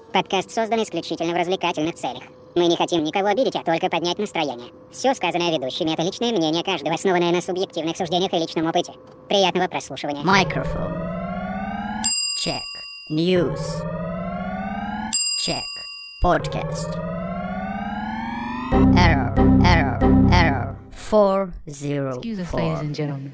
Подкаст создан исключительно в развлекательных целях. Мы не хотим никого обидеть, а только поднять настроение. Все сказанное ведущими — это личное мнение каждого, основанное на субъективных суждениях и личном опыте. Приятного прослушивания. Microphone. Check. News. Check. Podcast. Error. 404. Excuse us, ladies and gentlemen.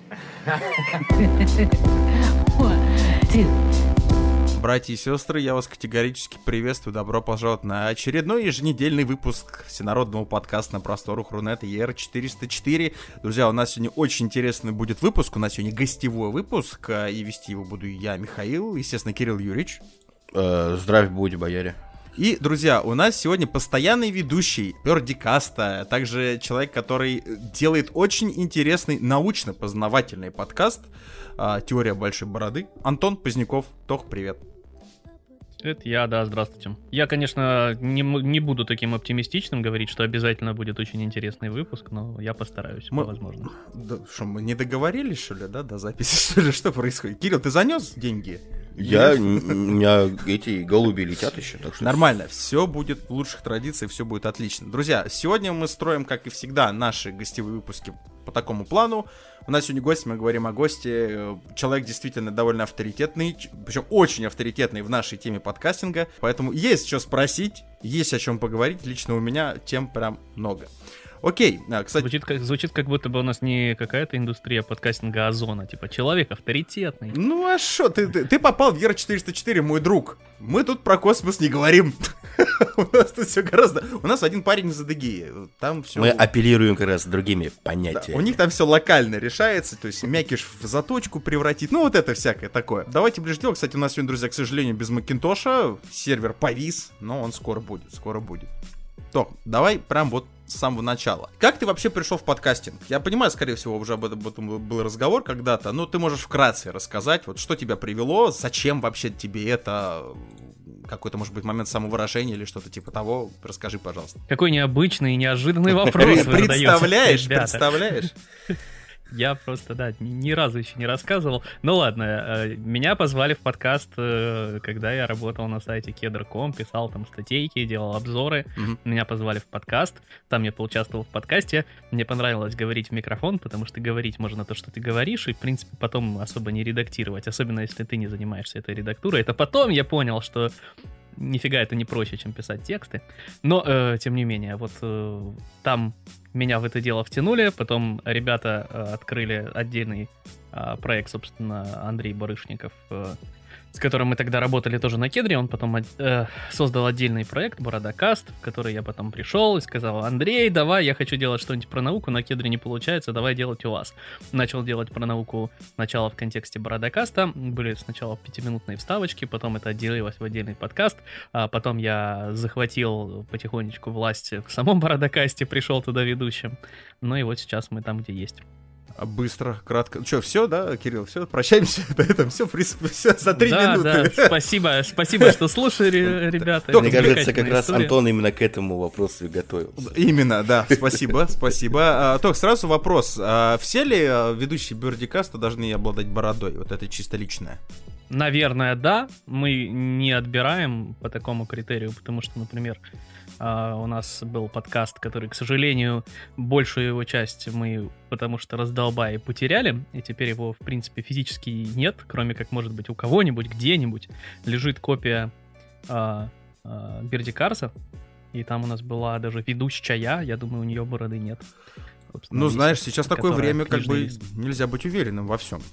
1, 2. Братья и сестры, я вас категорически приветствую. Добро пожаловать на очередной еженедельный выпуск всенародного подкаста на просторах Рунета ER404. Друзья, у нас сегодня очень интересный будет выпуск. У нас сегодня гостевой выпуск, и вести его буду я, Михаил, естественно, Кирилл Юрьевич. Здравия будь, бояре. И, друзья, у нас сегодня постоянный ведущий Бердикаста, также человек, который делает очень интересный научно-познавательный подкаст «Теория большой бороды». Антон Поздняков. Тох, привет. Это я, да, здравствуйте. Я, конечно, не буду таким оптимистичным говорить, что обязательно будет очень интересный выпуск, но я постараюсь, по возможности. Да, что, мы не договорились, что ли, да, до записи, что ли, что происходит? Кирилл, ты занес деньги? У меня эти голуби летят еще, так что... Нормально, все будет в лучших традициях, все будет отлично. Друзья, сегодня мы строим, как и всегда, наши гостевые выпуски по такому плану. У нас сегодня гость, мы говорим о госте. Человек действительно довольно авторитетный, причем очень авторитетный в нашей теме подкастинга. Поэтому есть что спросить, есть о чем поговорить. Лично у меня тем прям много. Окей, кстати... Звучит как будто бы у нас не какая-то индустрия подкастинга, а зона. Типа, человек авторитетный. Ну а шо, ты попал в ER404, мой друг. Мы тут про космос не говорим. У нас тут все гораздо... У нас один парень из Адыгеи. Там все... Мы апеллируем как раз другими понятиями. Да, у них там все локально решается, то есть мякиш в заточку превратить. Ну вот это всякое такое. Давайте ближе дело. Кстати, у нас сегодня, друзья, к сожалению, без Макинтоша. Сервер повис, но он скоро будет. То, давай прям вот с самого начала. Как ты вообще пришел в подкастинг? Я понимаю, скорее всего, уже об этом был разговор когда-то, но ты можешь вкратце рассказать, вот что тебя привело, зачем вообще тебе это, какой-то, может быть, момент самовыражения или что-то типа того. Расскажи, пожалуйста. Какой необычный и неожиданный вопрос вы задаете, ребята. Представляешь? Я просто, да, ни разу еще не рассказывал. Ну ладно, меня позвали в подкаст, когда я работал на сайте Kedr.com, писал там статейки, делал обзоры. Меня позвали в подкаст, там я поучаствовал в подкасте. Мне понравилось говорить в микрофон, потому что говорить можно то, что ты говоришь, и, в принципе, потом особо не редактировать, особенно если ты не занимаешься этой редактурой. Это потом я понял, что нифига это не проще, чем писать тексты. Но, тем не менее, вот там меня в это дело втянули, потом ребята открыли отдельный проект, собственно, Андрей Барышников, с которым мы тогда работали тоже на Кедре. Он потом создал отдельный проект Бородакаст, в который я потом пришел и сказал: Андрей, давай, я хочу делать что-нибудь про науку, на Кедре не получается, давай делать у вас. Начал делать про науку сначала в контексте Бородакаста, были сначала 5-минутные вставочки, потом это отделилось в отдельный подкаст, а потом я захватил потихонечку власть в самом Бородакасте, пришел туда ведущим, ну и вот сейчас мы там, где есть. Быстро, кратко. Что, все, да, Кирилл, все, прощаемся на этом, все, в принципе, все за 3 минуты. Да, спасибо, что слушали, ребята. Мне кажется, как раз Антон именно к этому вопросу и готовился. Именно, да, спасибо. Тох, сразу вопрос. Все ли ведущие Бердикаста должны обладать бородой? Вот это чисто личное. Наверное, да. Мы не отбираем по такому критерию, потому что, например, у нас был подкаст, который, к сожалению, большую его часть мы, потому что раздолбая, потеряли, и теперь его, в принципе, физически нет, кроме как, может быть, у кого-нибудь, где-нибудь лежит копия Бердикарса, и там у нас была даже ведущая, я думаю, у нее бороды нет. Ну, знаешь, сейчас такое время, как бы нельзя быть уверенным во всем.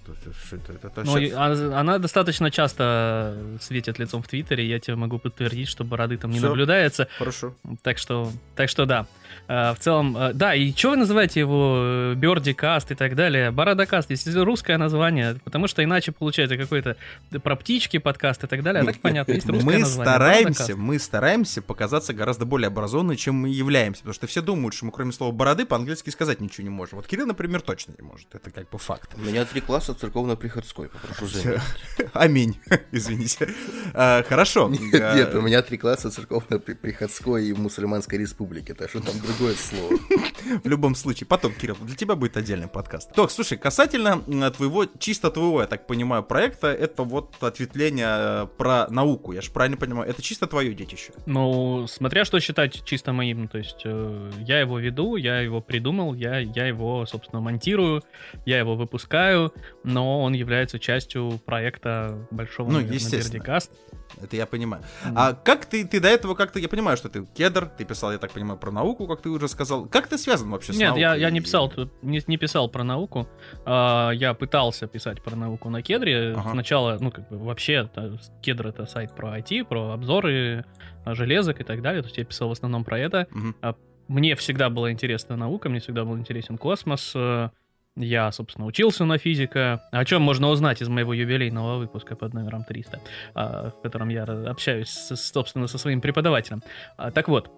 Она достаточно часто светит лицом в Твиттере, я тебе могу подтвердить, что бороды там не наблюдается. Хорошо. Так что да. В целом, да, и что вы называете его Бердикаст и так далее? Бородакаст, если русское название, потому что иначе получается какой-то про птички подкаст и так далее, а так понятно, есть русское название. Мы стараемся показаться гораздо более образованными, чем мы являемся, потому что все думают, что мы кроме слова бороды по-английски сказать сказать ничего не можем. Вот Кирилл, например, точно не может. Это как бы факт. У меня 3 класса церковно-приходской, попрошу заметить. Аминь. Извините. Хорошо. Нет, у меня 3 класса церковно-приходской и мусульманской республики, так что там другое слово. В любом случае. Потом, Кирилл, для тебя будет отдельный подкаст. Так, слушай, касательно чисто твоего, я так понимаю, проекта, это вот ответвление про науку. Я же правильно понимаю, это чисто твое детище. Ну, смотря что считать чисто моим, то есть я его веду, я его придумал, я его, собственно, монтирую, я его выпускаю, но он является частью проекта большого, наверное, Вердикаст. Это я понимаю. А как ты до этого как-то... Я понимаю, что ты кедр, ты писал, я так понимаю, про науку, как ты уже сказал. Как ты связан вообще с наукой? Нет, я не писал про науку. Я пытался писать про науку на кедре. Сначала, вообще, кедр — это сайт про IT, про обзоры железок и так далее. То есть я писал в основном про это. Мне всегда была интересна наука, мне всегда был интересен космос. Я, собственно, учился на физика, о чем можно узнать из моего юбилейного выпуска под номером 300, в котором я общаюсь, собственно, со своим преподавателем. Так вот,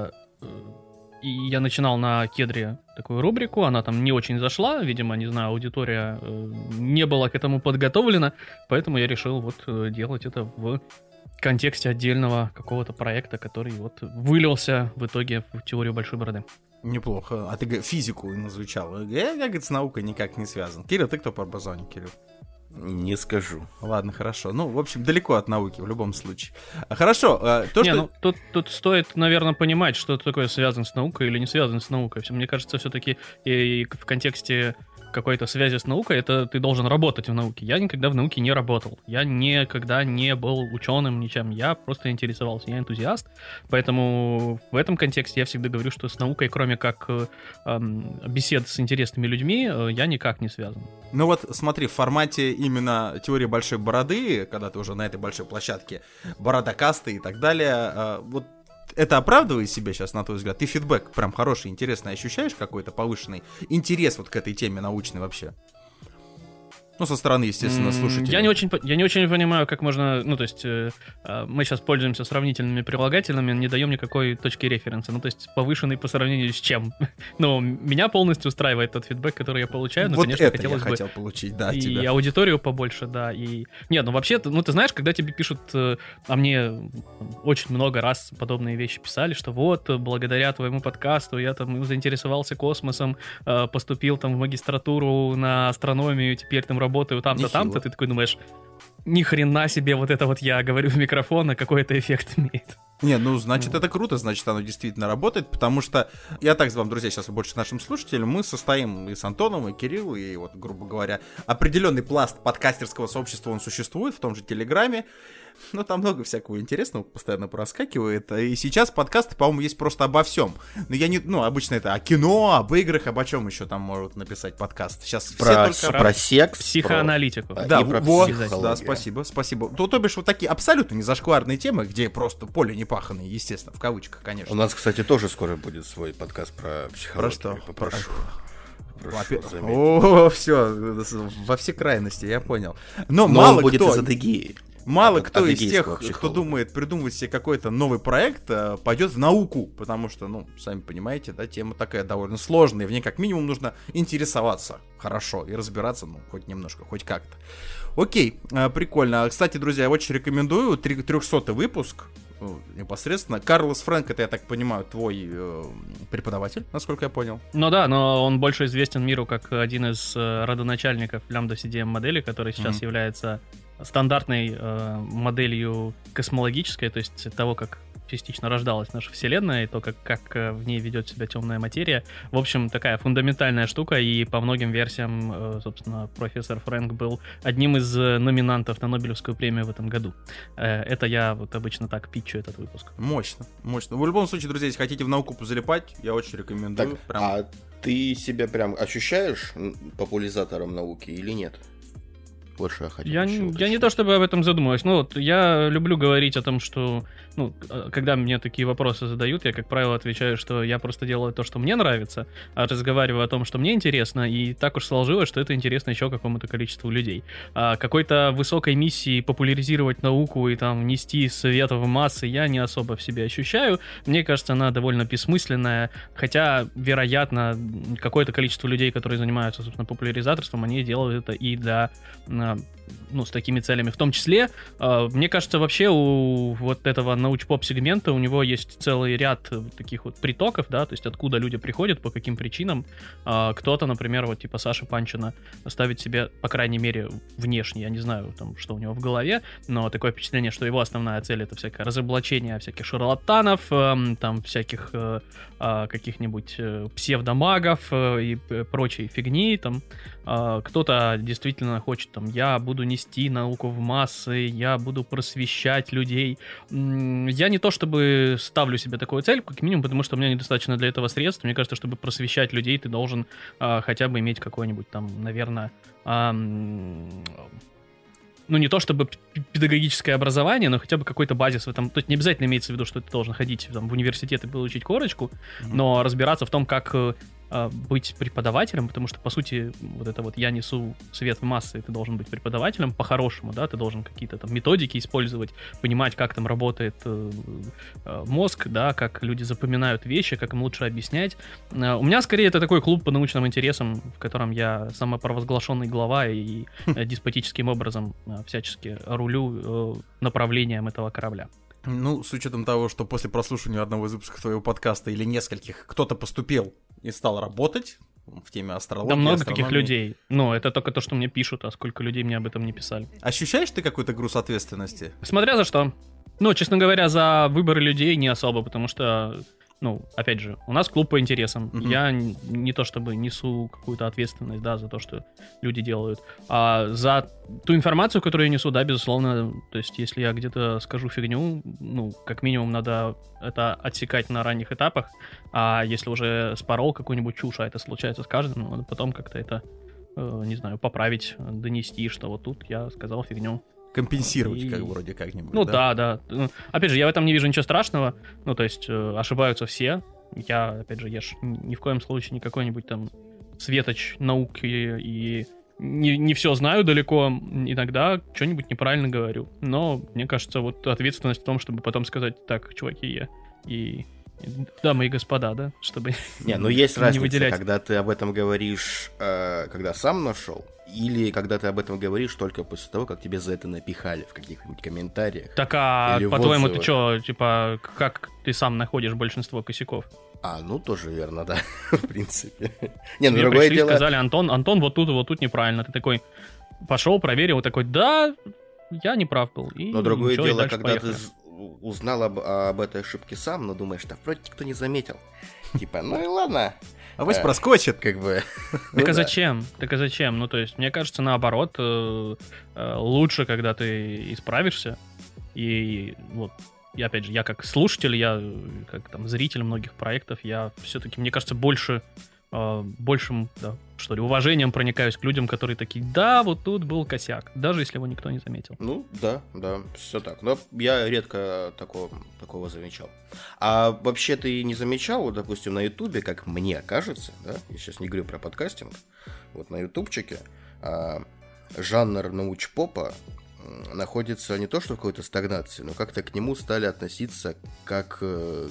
и я начинал на кедре такую рубрику, она там не очень зашла, видимо, не знаю, аудитория не была к этому подготовлена, поэтому я решил вот делать это в контексте отдельного какого-то проекта, который вот вылился в итоге в теорию большой бороды. Неплохо. А ты физику назвучал. Я, говорит, с наукой никак не связан. Кирилл, ты кто по образованию, Кирилл? Не скажу. Ладно, хорошо. Ну, в общем, далеко от науки в любом случае. Хорошо. Тут стоит, наверное, понимать, что такое связан с наукой или не связан с наукой. Мне кажется, все-таки и в контексте какой-то связи с наукой, это ты должен работать в науке. Я никогда в науке не работал. Я никогда не был ученым, ничем. Я просто интересовался. Я энтузиаст. Поэтому в этом контексте я всегда говорю, что с наукой, кроме как бесед с интересными людьми, я никак не связан. Ну вот смотри, в формате именно теории большой бороды, когда ты уже на этой большой площадке, бородокасты и так далее, вот это оправдывает себя сейчас, на твой взгляд? Ты фидбэк прям хороший, интересный ощущаешь, какой-то повышенный интерес вот к этой теме научной вообще? Ну, со стороны, естественно, слушателей. Я не очень понимаю, как можно... Ну, то есть, мы сейчас пользуемся сравнительными прилагательными, не даем никакой точки референса. Ну, то есть, повышенный по сравнению с чем? Ну, меня полностью устраивает тот фидбэк, который я получаю. Но, вот конечно, это хотелось я хотел получить, да, и тебя. Аудиторию побольше, да. И... Нет, ну, вообще, ну, ты знаешь, когда тебе пишут... А мне очень много раз подобные вещи писали, что вот, благодаря твоему подкасту я там заинтересовался космосом, поступил там в магистратуру на астрономию, теперь там работаю там-то, Нехило. там-то, ты такой думаешь, ни хрена себе вот это вот я говорю в микрофон, а какой это эффект имеет. Не, ну, значит, это круто, значит, оно действительно работает, потому что, я так вам, друзья, сейчас больше нашим слушателям, мы состоим и с Антоном, и Кириллом, и вот, грубо говоря, определенный пласт подкастерского сообщества, он существует в том же Телеграме, но там много всякого интересного постоянно проскакивает, и сейчас подкасты, по-моему, есть просто обо всем. Но я не, ну, обычно это о кино, об играх, обо чем еще там могут написать подкаст. Сейчас Про Про секс, психоаналитику. Да, и про вот, психологию. да, спасибо. То бишь вот такие абсолютно не зашкварные темы, где просто поле непаханное, естественно, в кавычках, конечно. У нас, кстати, тоже скоро будет свой подкаст про психологию. Про что? Попрошу. заметить. О, все, во все крайности, я понял. Но он мало будет кто... из Адыгеи. Мало кто из тех, адыгейского кто психолога. думает придумывать себе какой-то новый проект, пойдет в науку, потому что, ну, сами понимаете, да, тема такая довольно сложная, в ней как минимум нужно интересоваться хорошо и разбираться, ну, хоть немножко, хоть как-то. Окей, прикольно. Кстати, друзья, я очень рекомендую 300-й выпуск, непосредственно. Карлос Фрэнк, это, я так понимаю, твой преподаватель, насколько я понял. Ну да, но он больше известен миру как один из родоначальников Lambda CDM модели, который сейчас является стандартной моделью космологической, то есть того, как частично рождалась наша Вселенная, и то, как в ней ведет себя темная материя. В общем, такая фундаментальная штука, и по многим версиям, собственно, профессор Фрэнк был одним из номинантов на Нобелевскую премию в этом году. Это я вот обычно так питчу этот выпуск. Мощно, мощно. В любом случае, друзья, если хотите в науку позалипать, я очень рекомендую. Так, Прям... а ты себя прям ощущаешь популяризатором науки или нет? Вот что я хотел Я не то чтобы об этом задумываюсь, но вот я люблю говорить о том, что когда мне такие вопросы задают, я, как правило, отвечаю, что я просто делаю то, что мне нравится, а разговариваю о том, что мне интересно, и так уж сложилось, что это интересно еще какому-то количеству людей. Какой-то высокой миссии популяризировать науку и там нести свет в массы я не особо в себе ощущаю. Мне кажется, она довольно бессмысленная, хотя, вероятно, какое-то количество людей, которые занимаются, собственно, популяризаторством, они делают это и для, с такими целями в том числе. Мне кажется, вообще у вот этого научпоп-сегмента у него есть целый ряд таких вот притоков, да, то есть откуда люди приходят, по каким причинам. Кто-то, например, вот типа Саши Панчина ставит себе, по крайней мере, внешне, я не знаю, там, что у него в голове, но такое впечатление, что его основная цель — это всякое разоблачение всяких шарлатанов, там, всяких каких-нибудь псевдомагов и прочей фигни, там. Кто-то действительно хочет, там, я буду нести науку в массы, я буду просвещать людей. Я не то чтобы ставлю себе такую цель, как минимум, потому что у меня недостаточно для этого средств. Мне кажется, чтобы просвещать людей, ты должен хотя бы иметь какое-нибудь там, наверное, не то чтобы педагогическое образование, но хотя бы какой-то базис в этом. То есть не обязательно имеется в виду, что ты должен ходить там, в университет и получить корочку, но разбираться в том, как быть преподавателем, потому что, по сути, вот это вот я несу свет в массы, ты должен быть преподавателем по-хорошему, да, ты должен какие-то там методики использовать, понимать, как там работает мозг, да, как люди запоминают вещи, как им лучше объяснять. У меня, скорее, это такой клуб по научным интересам, в котором я самопровозглашенный глава и деспотическим образом всячески рулю направлением этого корабля. С учетом того, что после прослушивания одного из выпусков твоего подкаста или нескольких кто-то поступил и стал работать в теме астрологии. Да много таких людей. Это только то, что мне пишут, а сколько людей мне об этом не писали. Ощущаешь ты какой-то груз ответственности? Смотря за что. Честно говоря, за выборы людей не особо, потому что, опять же, у нас клуб по интересам. Я не то чтобы несу какую-то ответственность, да, за то, что люди делают. А за ту информацию, которую я несу, да, безусловно, то есть если я где-то скажу фигню, как минимум надо это отсекать на ранних этапах, а если уже спорол какую-нибудь чушь, а это случается с каждым, надо потом как-то это, не знаю, поправить, донести, что вот тут я сказал фигню. Компенсировать, вроде как-нибудь. Да. Опять же, я в этом не вижу ничего страшного. То есть ошибаются все. Я, опять же, ни в коем случае не какой-нибудь там светоч науки и не все знаю далеко. Иногда что-нибудь неправильно говорю. Но мне кажется, вот ответственность в том, чтобы потом сказать: так, чуваки, дамы и господа, да, чтобы есть не разница, выделять. когда ты об этом говоришь, когда сам нашел, или когда ты об этом говоришь только после того, как тебе за это напихали в каких-нибудь комментариях. Так, по-твоему, ты что, типа, как ты сам находишь большинство косяков? Тоже верно, да, в принципе. Мне другое дело... сказали: Антон, вот тут неправильно. Ты такой пошел, проверил, такой: да, я не прав был. Но другое дело, когда ты узнал об этой ошибке сам, но думаешь, что вроде никто не заметил. Типа, и ладно. Авось проскочит. Как бы. Так а зачем? То есть, мне кажется, наоборот, лучше, когда ты исправишься. И вот, и опять же, я как слушатель, я как там зритель многих проектов, я все-таки, мне кажется, большим, да, что ли, уважением проникаюсь к людям, которые такие: да, вот тут был косяк, даже если его никто не заметил. Да, все так. Но я редко такого замечал. А вообще ты не замечал, вот, допустим, на Ютубе, как мне кажется, да, я сейчас не говорю про подкастинг, вот на Ютубчике жанр научпопа находится не то что в какой-то стагнации, но как-то к нему стали относиться как к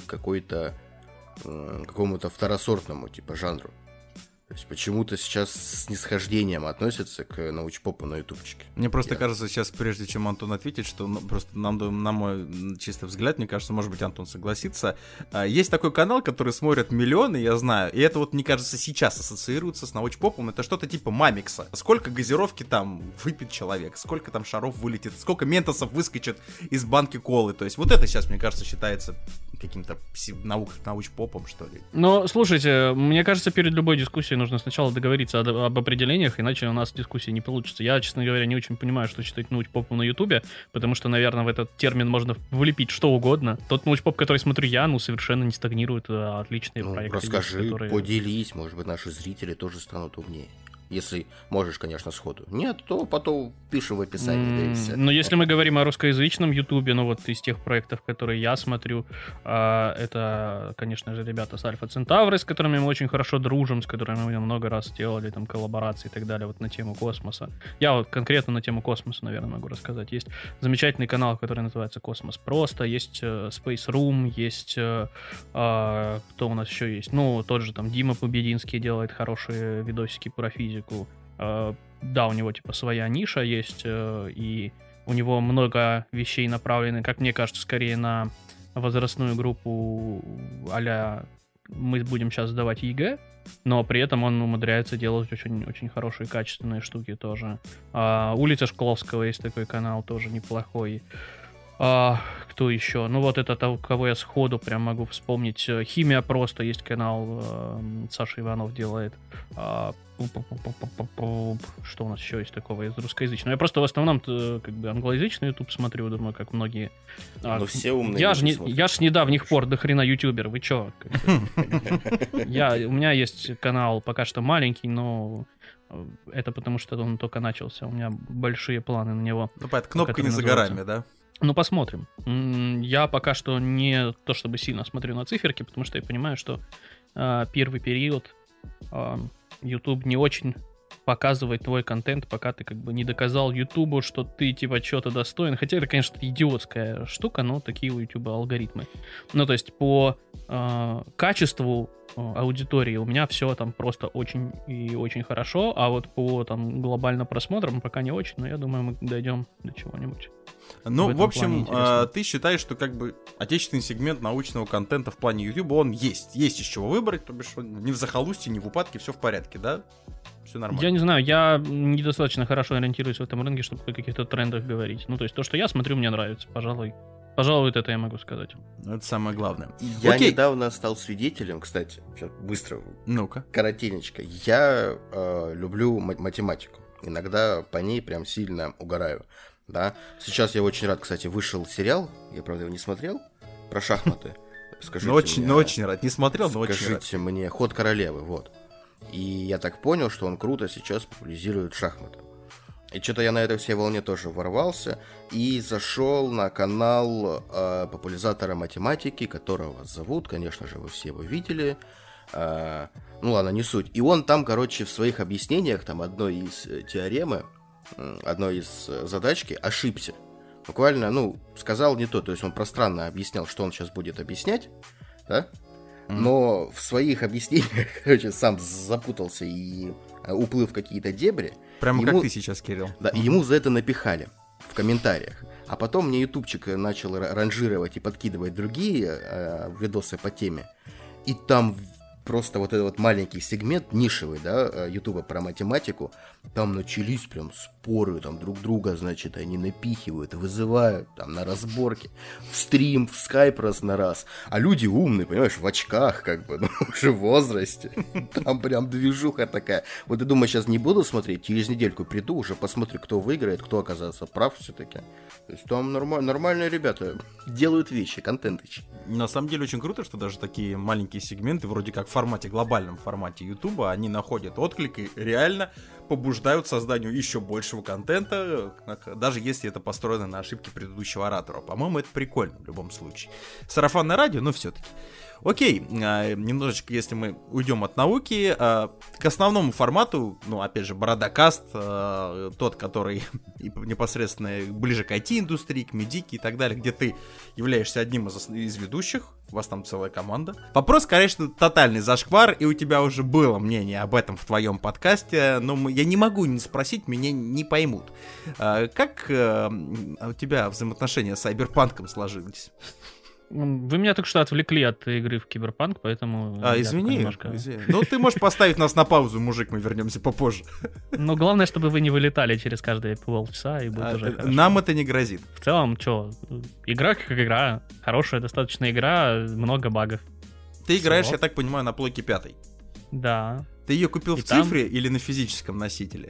какому-то второсортному типа жанру. То есть почему-то сейчас с снисхождением относятся к научпопу на ютубчике. Мне просто кажется, сейчас, прежде чем Антон ответит, что просто на мой чистый взгляд, мне кажется, может быть, Антон согласится, есть такой канал, который смотрят миллионы, я знаю, и это вот, мне кажется, сейчас ассоциируется с научпопом, это что-то типа Мамикса. Сколько газировки там выпьет человек, сколько там шаров вылетит, сколько ментосов выскочит из банки колы, то есть вот это сейчас, мне кажется, считается каким-то научпопом, что ли. Слушайте, мне кажется, перед любой дискуссией нужно сначала договориться об определениях, иначе у нас дискуссии не получится. Я, честно говоря, не очень понимаю, что считать научпопом на Ютубе, потому что, наверное, в этот термин можно влепить что угодно. Тот научпоп, который смотрю я, совершенно не стагнирует, отличные проекты. Расскажи, поделись, может быть, наши зрители тоже станут умнее. Если можешь, конечно, сходу. Нет, то потом пишем в описании, да и все. Ну, если мы говорим о русскоязычном ютубе, ну вот из тех проектов, которые я смотрю, это, конечно же, ребята с Альфа Центавры, с которыми мы очень хорошо дружим, с которыми мы много раз делали там коллаборации и так далее, вот на тему космоса. Я вот конкретно на тему космоса, наверное, могу рассказать. Есть замечательный канал, который называется «Космос просто», есть Space Room, есть... кто у нас еще есть? Ну, тот же там Дима Побединский делает хорошие видосики про физику. Да, у него типа своя ниша есть, и у него много вещей направлены, как мне кажется, скорее на возрастную группу а-ля мы будем сейчас сдавать ЕГЭ, но при этом он умудряется делать очень хорошие, качественные штуки тоже. Улица Шкловского есть такой канал, тоже неплохой. Кто еще? Ну вот это того, кого я сходу прям могу вспомнить. Химия просто есть канал, Саша Иванов делает. Что у нас еще есть такого из русскоязычного? Я просто в основном как бы англоязычный YouTube смотрю, думаю, как многие. Но все умные. Я ж с недавних пор до хрена ютубер, вы чё? У меня есть канал пока что маленький, но это потому что он только начался. У меня большие планы на него. Ну, понятно, кнопка не за горами, да? Ну, посмотрим. Я пока что не то чтобы сильно смотрю на циферки, потому что я понимаю, что первый период YouTube не очень показывает твой контент, пока ты как бы не доказал Ютубу, что ты типа что-то достоин. Хотя это, конечно, идиотская штука, но такие у Ютуба алгоритмы. Ну, то есть по качеству аудитории у меня все там просто очень и очень хорошо, а вот по там глобально просмотрам пока не очень, но я думаю, мы дойдем до чего-нибудь. Ну, в общем, ты считаешь, что как бы отечественный сегмент научного контента в плане YouTube, он есть. Есть из чего выбрать, то бишь ни в захолустье, ни в упадке, все в порядке, да? Все нормально. Я не знаю, я недостаточно хорошо ориентируюсь в этом рынке, чтобы о каких-то трендах говорить. Ну, то есть то, что я смотрю, мне нравится, пожалуй. Пожалуй, это я могу сказать. Это самое главное. Я недавно стал свидетелем, кстати, сейчас быстро, ну-ка, коротенечко. Я люблю математику. Иногда по ней прям сильно угораю. Да. Сейчас я очень рад, кстати, вышел сериал, я, правда, его не смотрел, про шахматы. Скажите очень рад. Не смотрел, но очень рад. Скажите мне, «Ход королевы», вот. И я так понял, что он круто сейчас популяризирует шахматы. И что-то я на этой всей волне тоже ворвался и зашел на канал популяризатора математики, которого зовут, конечно же, вы все его видели. Ну ладно, не суть. И он там, короче, в своих объяснениях, там, одной из теоремы, одной из задачки ошибся. Буквально, ну, сказал не то. То есть он пространно объяснял, что он сейчас будет объяснять, да? Но в своих объяснениях, короче, сам запутался и уплыл в какие-то дебри. Прямо как ты сейчас, Кирилл. Да, и ему за это напихали в комментариях. А потом мне ютубчик начал ранжировать и подкидывать другие видосы по теме. И там просто вот этот вот маленький сегмент, нишевый, да, ютуба про математику, там начались прям споры, там друг друга, значит, они напихивают, вызывают там на разборки, в стрим, в скайп раз на раз, а люди умные, понимаешь, в очках, как бы, ну, уже в возрасте, там прям движуха такая. Вот я думаю, сейчас не буду смотреть, через недельку приду, уже посмотрю, кто выиграет, кто оказался прав все-таки. То есть там нормальные ребята делают вещи, контентыч. На самом деле очень круто, что даже такие маленькие сегменты, вроде как в формате, глобальном формате Ютуба, они находят отклик и реально побуждают к созданию еще большего контента, даже если это построено на ошибке предыдущего оратора. По-моему, это прикольно в любом случае. Сарафанное радио, но все-таки. Окей, немножечко, если мы уйдем от науки, к основному формату, ну, опять же, Бородакаст, тот, который непосредственно ближе к IT-индустрии, к медике и так далее, где ты являешься одним из ведущих, у вас там целая команда. Вопрос, конечно, тотальный зашквар, и у тебя уже было мнение об этом в твоем подкасте, но я не могу не спросить, меня не поймут. Как у тебя взаимоотношения с Cyberpunk'ом сложились? Вы меня только что отвлекли от игры в Киберпанк, поэтому... Извини. Ну, ты можешь поставить нас на паузу, мужик, мы вернемся попозже. Но главное, чтобы вы не вылетали через каждые полчаса, и будет уже хорошо. Нам это не грозит. В целом, что, игра как игра, хорошая достаточно игра, много багов. Ты играешь, я так понимаю, на плойке 5. Да. Ты ее купил в цифре или на физическом носителе?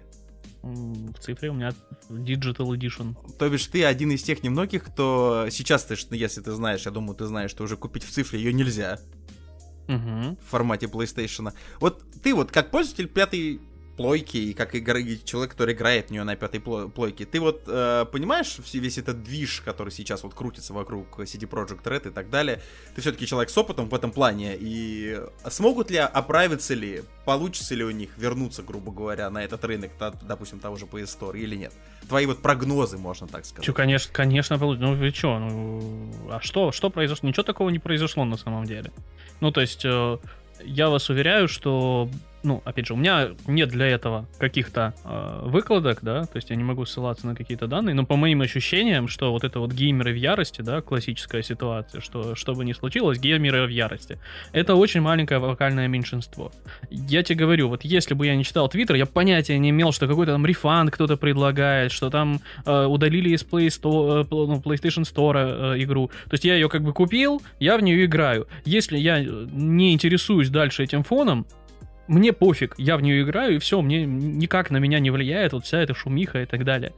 В цифре у меня Digital Edition. То бишь ты один из тех немногих, кто сейчас, если ты знаешь, я думаю, ты знаешь, что уже купить в цифре ее нельзя в формате PlayStation. Вот ты вот как пользователь плойки, и как человек, который играет в нее на 5-й плойке. Ты вот понимаешь весь этот движ, который сейчас вот крутится вокруг CD Projekt Red и так далее? Ты все-таки человек с опытом в этом плане, и смогут ли оправиться ли, получится ли у них вернуться, грубо говоря, на этот рынок, допустим, того же PS Store или нет? Твои вот прогнозы, можно так сказать. Конечно, получится. Ну вы что? А что произошло? Ничего такого не произошло на самом деле. Ну, то есть, я вас уверяю, что, ну, опять же, у меня нет для этого каких-то выкладок, да, то есть я не могу ссылаться на какие-то данные, но по моим ощущениям, что вот это вот геймеры в ярости, да, классическая ситуация, что бы ни случилось, геймеры в ярости, это очень маленькое локальное меньшинство. Я тебе говорю, вот если бы я не читал Твиттер, я понятия не имел, что какой-то там рефанд кто-то предлагает, что там удалили из PlayStation Store игру. То есть я ее как бы купил, я в нее играю. Если я не интересуюсь дальше этим фоном, мне пофиг, я в нее играю, и все, мне никак на меня не влияет вот вся эта шумиха и так далее.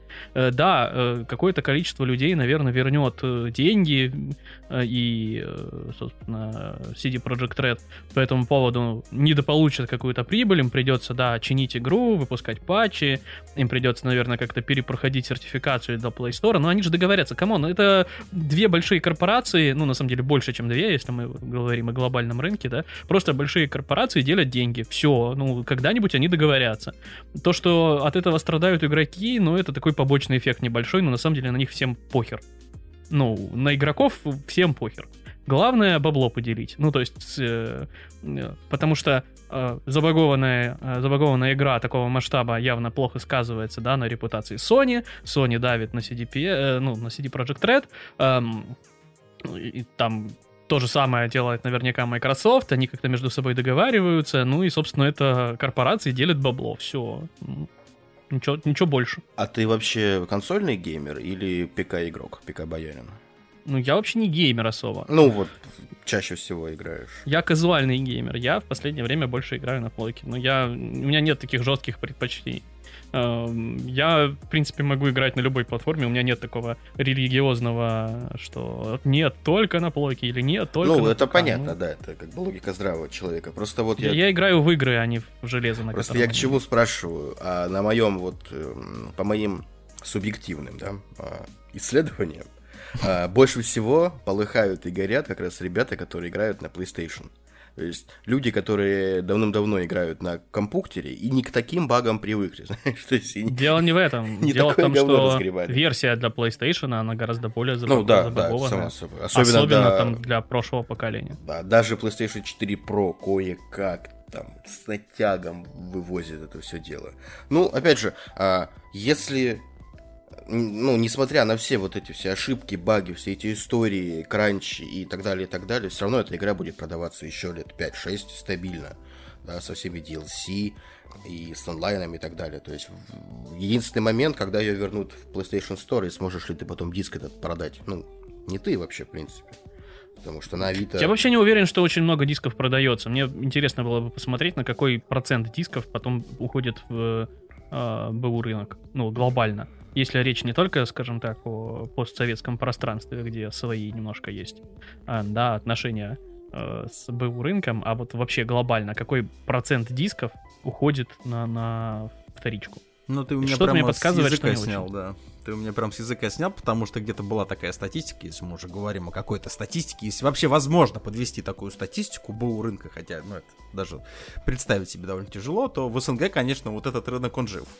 Да, какое-то количество людей, наверное, вернет деньги, и, собственно, CD Projekt Red по этому поводу недополучат какую-то прибыль, им придется, да, чинить игру, выпускать патчи, им придется, наверное, как-то перепроходить сертификацию до Play Store, но они же договорятся, камон, это две большие корпорации, ну, на самом деле, больше, чем две, если мы говорим о глобальном рынке, да, просто большие корпорации делят деньги, все, ну, когда-нибудь они договорятся. То, что от этого страдают игроки, ну, это такой побочный эффект небольшой, но на самом деле на них всем похер. Ну, на игроков всем похер. Главное бабло поделить. Ну, то есть, потому что забагованная игра такого масштаба явно плохо сказывается, да, на репутации Sony. Sony давит на CD Projekt Red. И там то же самое делает наверняка Microsoft, они как-то между собой договариваются, ну и, собственно, это корпорации делят бабло, все. Ничего больше. А ты вообще консольный геймер или ПК-игрок, ПК-боярин? Ну, я вообще не геймер особо. Ну, вот, чаще всего играешь. Я казуальный геймер, я в последнее время больше играю на плойке, но у меня нет таких жестких предпочтений. Я, в принципе, могу играть на любой платформе, у меня нет такого религиозного, что нет, только на плойке или нет, только на это ПК. понятно, да, это как бы логика здравого человека. Просто вот я играю в игры, а не в железо, на Просто котором... я к чему спрашиваю, на моем вот, по моим субъективным, да, исследованиям, больше всего полыхают и горят как раз ребята, которые играют на PlayStation. То есть люди, которые давным-давно играют на компьютере и не к таким багам привыкли. Знаешь, то есть, дело не в этом. Дело в том, что версия для PlayStation, она гораздо более забагованная. само собой. Особенно там для прошлого поколения. Да, даже PlayStation 4 Pro кое-как там с натягом вывозит это все дело. Ну, опять же, если... Ну, несмотря на все вот эти все ошибки, баги, все эти истории, кранчи и так далее, все равно эта игра будет продаваться еще лет 5-6 стабильно, да, со всеми DLC и с онлайном и так далее. То есть единственный момент, когда ее вернут в PlayStation Store, и сможешь ли ты потом диск этот продать. Ну, не ты вообще, в принципе. Потому что на Авито... Я вообще не уверен, что очень много дисков продается. Мне интересно было бы посмотреть, на какой процент дисков потом уходит в БУ рынок. Ну, глобально. Если речь не только, скажем так, о постсоветском пространстве, где свои немножко есть, да, отношения с БУ рынком, а вот вообще глобально, какой процент дисков уходит на вторичку? Ну, ты у меня что-то прямо мне подсказывает, с языка что не снял, очень. да. Ты у меня прям с языка снял, потому что где-то была такая статистика, если мы уже говорим о какой-то статистике, если вообще возможно подвести такую статистику БУ рынка, хотя, ну, это даже представить себе довольно тяжело, то в СНГ, конечно, вот этот рынок, он жив.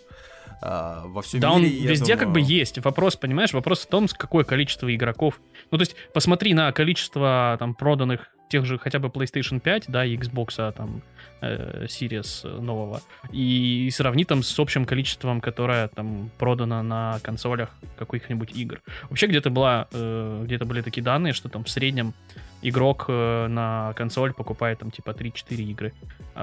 Во всем да, мире, он везде как бы есть. Вопрос, понимаешь, вопрос в том, какое количество игроков. Ну, то есть, посмотри на количество там проданных тех же хотя бы PlayStation 5, да, и Xbox там Series нового, и сравни там с общим количеством, которое там продано на консолях каких-нибудь игр. Вообще где-то были такие данные, что там в среднем игрок на консоль покупает там типа 3-4 игры.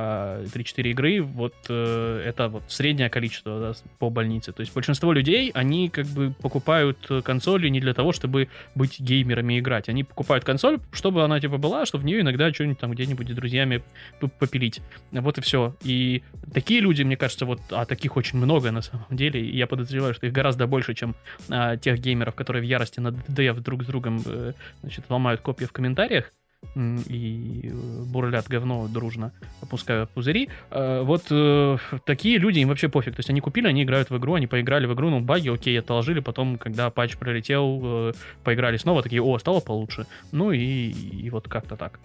3-4 игры, вот это вот среднее количество, да, по больнице. То есть большинство людей, они как бы покупают консоли не для того, чтобы быть геймерами и играть. Они покупают консоль, чтобы она типа была, чтобы в нее иногда что-нибудь там где-нибудь с друзьями попилить. Вот и все. И такие люди, мне кажется, вот, а таких очень много на самом деле, и я подозреваю, что их гораздо больше, чем тех геймеров, которые в ярости на ДДФ друг с другом, значит, ломают копья в комментариях. и бурлят говно дружно, опускают пузыри. Вот такие люди, им вообще пофиг. То есть они купили, они играют в игру, они поиграли в игру, ну, баги, окей, отложили, потом, когда патч пролетел, поиграли снова, такие, о, стало получше. Ну и вот как-то так.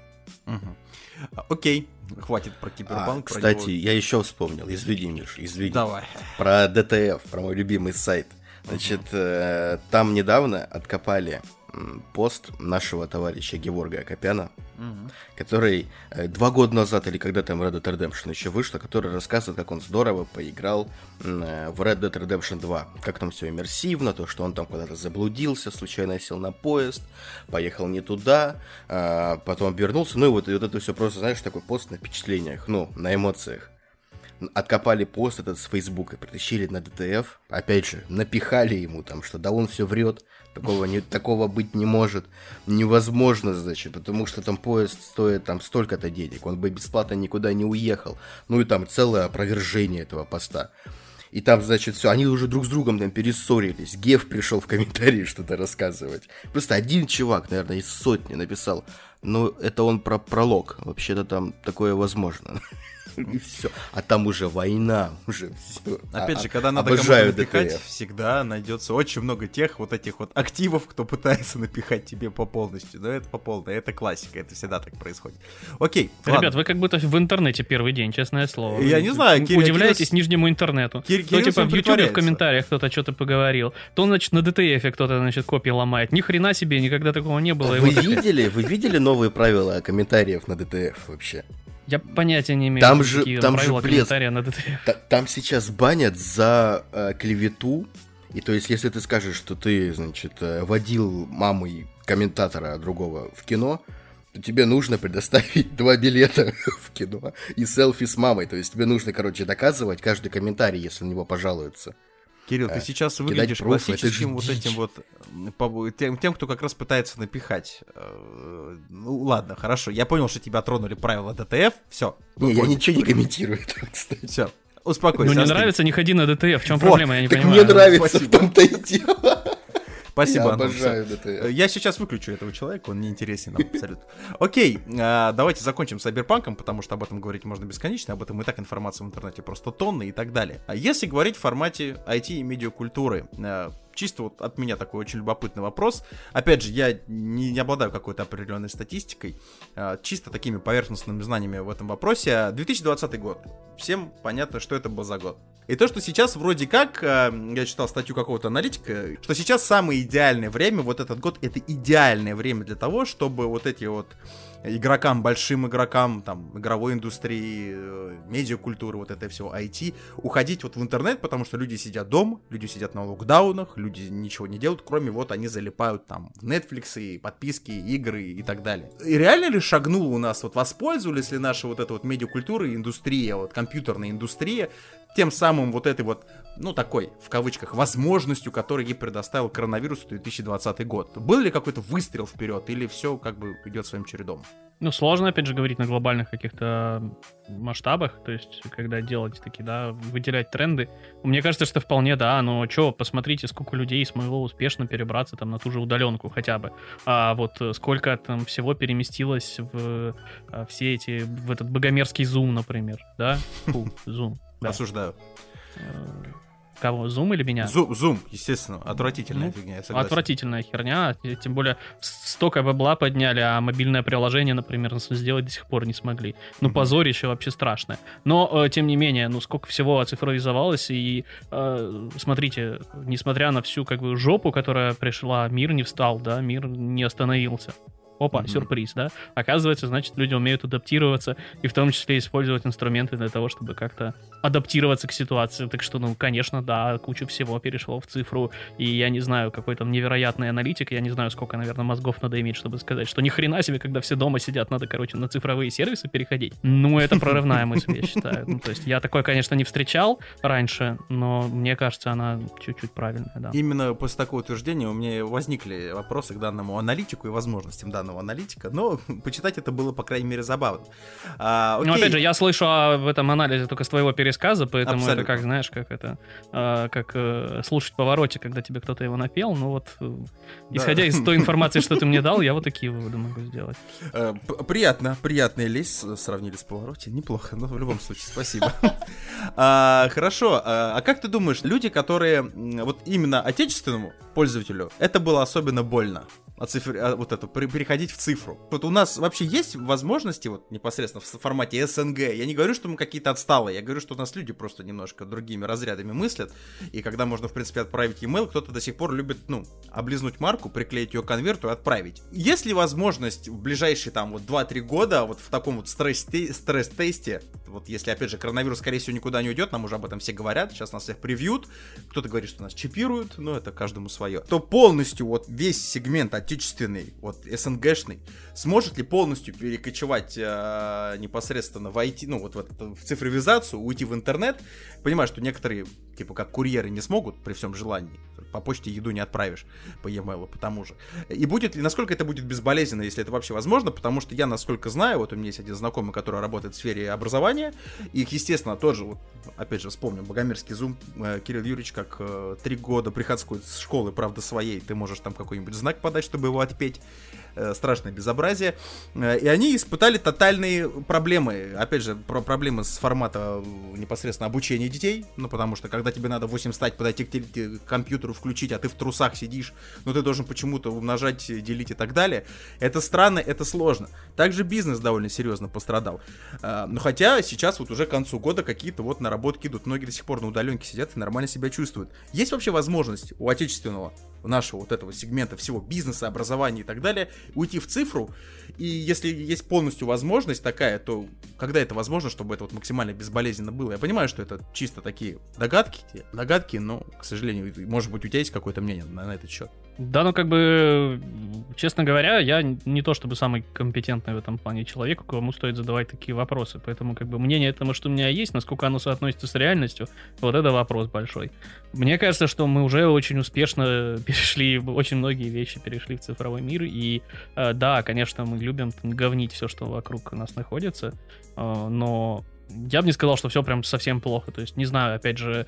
Окей, хватит про Киберпанк. Кстати, я еще вспомнил, извини, Миш, извини. Давай. Про DTF, про мой любимый сайт. Значит, там недавно откопали пост нашего товарища Геворга Акопяна, который 2 года назад, или когда там Red Dead Redemption еще вышло, который рассказывает, как он здорово поиграл в Red Dead Redemption 2. Как там все иммерсивно, то, что он там куда-то заблудился, случайно сел на поезд, поехал не туда, потом вернулся. Ну и вот это все просто, знаешь, такой пост на впечатлениях, ну, на эмоциях. Откопали пост этот с Фейсбука, притащили на DTF, опять же, напихали ему там, что да он все врет, такого быть не может, невозможно, значит, потому что там поезд стоит там столько-то денег, он бы бесплатно никуда не уехал, ну и там целое опровержение этого поста. И там, значит, все, они уже друг с другом там перессорились. Геф пришел в комментарии что-то рассказывать. Просто один чувак, наверное, из сотни написал, ну, это он про пролог, вообще-то там такое возможно. И все. А там уже война, уже все. Опять же, когда надо кому-то напихать, всегда найдется очень много тех вот этих вот активов, кто пытается напихать тебе по полностью. Да, это по полной, это классика, это всегда так происходит. Окей, ребят, ладно. вы как будто в интернете первый день, честное слово. Я не знаю, удивляетесь нижнему интернету. То типа в Ютубе в комментариях кто-то что-то поговорил, то, значит, на DTF кто-то, значит, копии ломает. Ни хрена себе, никогда такого не было. Вы видели новые правила комментариев на DTF вообще? Я понятия не имею, там же блеск. Там сейчас банят за клевету. И то есть, если ты скажешь, что ты, значит, водил мамой комментатора другого в кино, то тебе нужно предоставить 2 билета в кино и селфи с мамой. То есть тебе нужно, короче, доказывать каждый комментарий, если на него пожалуются. Кирилл, ты сейчас выглядишь классическим вот этим вот тем, кто как раз пытается напихать. Ну ладно, хорошо. Я понял, что тебя тронули правила ДТФ. Все. Не, я ничего не комментирую, кстати. Все. Успокойся. Ну не нравится, не ходи на ДТФ. В чем проблема, я не понимаю. Мне нравится, в том-то и дело. Спасибо, я Антон. Обожаю DTF. Я сейчас выключу этого человека, он не интересен нам абсолютно. Окей, давайте закончим с Cyberpunk'ом, потому что об этом говорить можно бесконечно, об этом и так информация в интернете просто тонны и так далее. А если говорить в формате IT и медиакультуры, чисто вот от меня такой очень любопытный вопрос. Опять же, я не обладаю какой-то определенной статистикой, чисто такими поверхностными знаниями в этом вопросе. 2020 год. Всем понятно, что это был за год. И то, что сейчас вроде как, я читал статью какого-то аналитика, что сейчас самое идеальное время, вот этот год, это идеальное время для того, чтобы вот эти вот игрокам, большим игрокам, там, игровой индустрии, медиакультуры, вот это все, IT, уходить вот в интернет, потому что люди сидят дома, люди сидят на локдаунах, люди ничего не делают, кроме вот они залипают там в Netflix, и подписки, игры и так далее. И реально ли шагнул у нас, вот воспользовались ли наша вот эта вот медиакультура, индустрия, вот компьютерная индустрия, тем самым вот этой вот, ну, такой, в кавычках, возможностью, которую ей предоставил коронавирус в 2020 год. Был ли какой-то выстрел вперед, или все как бы идет своим чередом? Ну, сложно, опять же, говорить на глобальных каких-то масштабах, то есть, когда делать такие, да, выделять тренды. Мне кажется, что вполне, да, но что, посмотрите, сколько людей смогло успешно перебраться там на ту же удаленку хотя бы. А вот сколько там всего переместилось в все эти, в этот богомерзкий Zoom, например, да? Фу, Zoom. Да. Осуждаю. Кого, Zoom или меня? Zoom, естественно, отвратительная фигня, я согласен. Отвратительная херня, тем более столько бабла подняли, а мобильное приложение, например, сделать до сих пор не смогли. Ну, позорище вообще страшное. Но, тем не менее, ну, сколько всего оцифровизовалось, и, смотрите, несмотря на всю, как бы, жопу, которая пришла, мир не встал, да, мир не остановился. Опа, сюрприз, да? Оказывается, значит, люди умеют адаптироваться и в том числе использовать инструменты для того, чтобы как-то адаптироваться к ситуации. Так что, ну, конечно, да, куча всего перешло в цифру, и я не знаю, какой там невероятный аналитик, я не знаю, сколько, наверное, мозгов надо иметь, чтобы сказать, что ни хрена себе, когда все дома сидят, надо, короче, на цифровые сервисы переходить. Ну, это прорывная мысль, я считаю. Ну, то есть я такое, конечно, не встречал раньше, но мне кажется, она чуть-чуть правильная, да. Именно после такого утверждения у меня возникли вопросы к данному аналитику и возможностям данного отечественного аналитика, но почитать это было, по крайней мере, забавно. Ну, опять же, я слышу об этом анализе только с твоего пересказа, поэтому Абсолютно. это как, знаешь, как слушать повороте, когда тебе кто-то его напел. Ну вот, исходя из той информации, что ты мне дал, я вот такие выводы могу сделать. Приятная лесть, сравнили с Повороте, неплохо, но в любом случае, спасибо. Хорошо, а как ты думаешь, люди, которые вот именно отечественному пользователю, это было особенно больно? Переходить в цифру. Вот у нас вообще есть возможности вот непосредственно в формате СНГ. Я не говорю, что мы какие-то отсталые, я говорю, что у нас люди просто немножко другими разрядами мыслят. И когда можно, в принципе, отправить e-mail, кто-то до сих пор любит, облизнуть марку, приклеить ее к конверту и отправить. Есть ли возможность в ближайшие там вот 2-3 года вот в таком вот стресс-тесте, вот если, опять же, коронавирус, скорее всего, никуда не уйдет, нам уже об этом все говорят, сейчас нас всех превьют, кто-то говорит, что нас чипируют, но это каждому свое, то полностью вот весь сегмент отечественный, вот СНГшный, сможет ли полностью перекочевать непосредственно в IT, в цифровизацию, уйти в интернет? Понимаю, что некоторые, типа как курьеры, не смогут при всем желании. По почте еду не отправишь по e-mail, потому же. И будет ли, насколько это будет безболезненно, если это вообще возможно, потому что я, насколько знаю, вот у меня есть один знакомый, который работает в сфере образования, и, естественно, тоже, вот, опять же, вспомню, Богомерзкий Зум, Кирилл Юрьевич, как 3 года приходской школы, правда, своей, ты можешь там какой-нибудь знак подать, чтобы его отпеть, страшное безобразие, и они испытали тотальные проблемы, опять же, проблемы с формата непосредственно обучения детей, потому что, когда тебе надо в 8 встать, подойти к компьютеру, включить, а ты в трусах сидишь, но ты должен почему-то умножать, делить и так далее, это странно, это сложно. Также бизнес довольно серьезно пострадал. Но хотя сейчас вот уже к концу года какие-то вот наработки идут, многие до сих пор на удаленке сидят и нормально себя чувствуют. Есть вообще возможность у отечественного нашего вот этого сегмента всего бизнеса, образования и так далее уйти в цифру? И если есть полностью возможность такая, то когда это возможно, чтобы это вот максимально безболезненно было? Я понимаю, что это чисто такие догадки, но, к сожалению, может быть, у тебя есть какое-то мнение на этот счет? Да, честно говоря, я не то чтобы самый компетентный в этом плане человек, кому стоит задавать такие вопросы, поэтому мнение этому, что у меня есть, насколько оно соотносится с реальностью, вот это вопрос большой. Мне кажется, что мы уже очень успешно очень многие вещи перешли в цифровой мир, и да, конечно, мы любим говнить все, что вокруг нас находится, но я бы не сказал, что все прям совсем плохо. То есть, не знаю, опять же,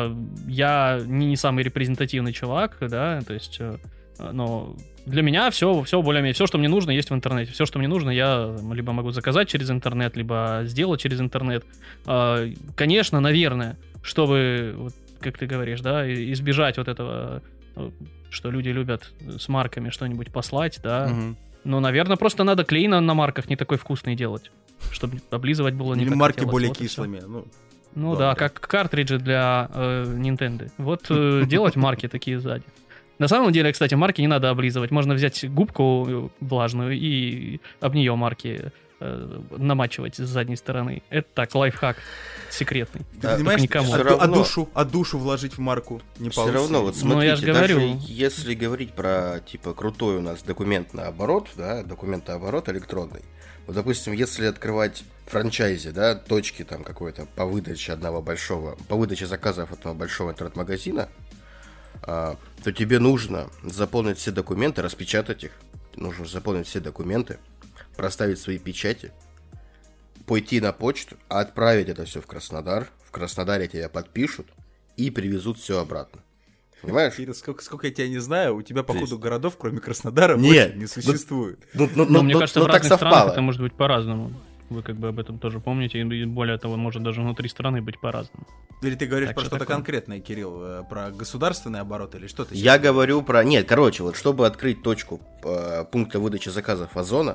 я не самый репрезентативный чувак, да, то есть, но для меня все более-менее, все, что мне нужно, есть в интернете. Все, что мне нужно, я либо могу заказать через интернет, либо сделать через интернет. Конечно, наверное, чтобы, вот, как ты говоришь, да, избежать вот этого, что люди любят с марками что-нибудь послать, да. Угу. Но, наверное, просто надо клей на марках не такой вкусный делать, чтобы облизывать было не или так марки хотелось. более вот кислыми. Ну да, как картриджи для Nintendo. Вот делать марки такие сзади. На самом деле, кстати, марки не надо облизывать. Можно взять губку влажную и об нее марки намачивать с задней стороны. Это так, лайфхак секретный. Ты понимаешь, никому. А душу вложить в марку не все получится. равно, вот смотрите, я же говорю. даже если говорить про, типа, крутой у нас документный оборот, да, документооборот электронный, вот, допустим, если открывать франчайзи, да, точки там какой-то по выдаче заказов этого большого интернет-магазина, то тебе нужно заполнить все документы, распечатать их, нужно заполнить все документы, проставить свои печати, пойти на почту, отправить это все в Краснодар. В Краснодаре тебя подпишут и привезут все обратно. Понимаешь? Кирилл, сколько я тебя не знаю, у тебя, походу, городов, кроме Краснодара, Нет, больше не существует. Мне кажется, в так разных странах совпало. это может быть по-разному. Вы об этом тоже помните, и более того, может даже внутри страны быть по-разному. Или ты говоришь Так про что что-то такое? конкретное, Кирилл, про государственный оборот или что-то? Я говорю про... Нет, короче, вот чтобы открыть точку пункта выдачи заказов Озона,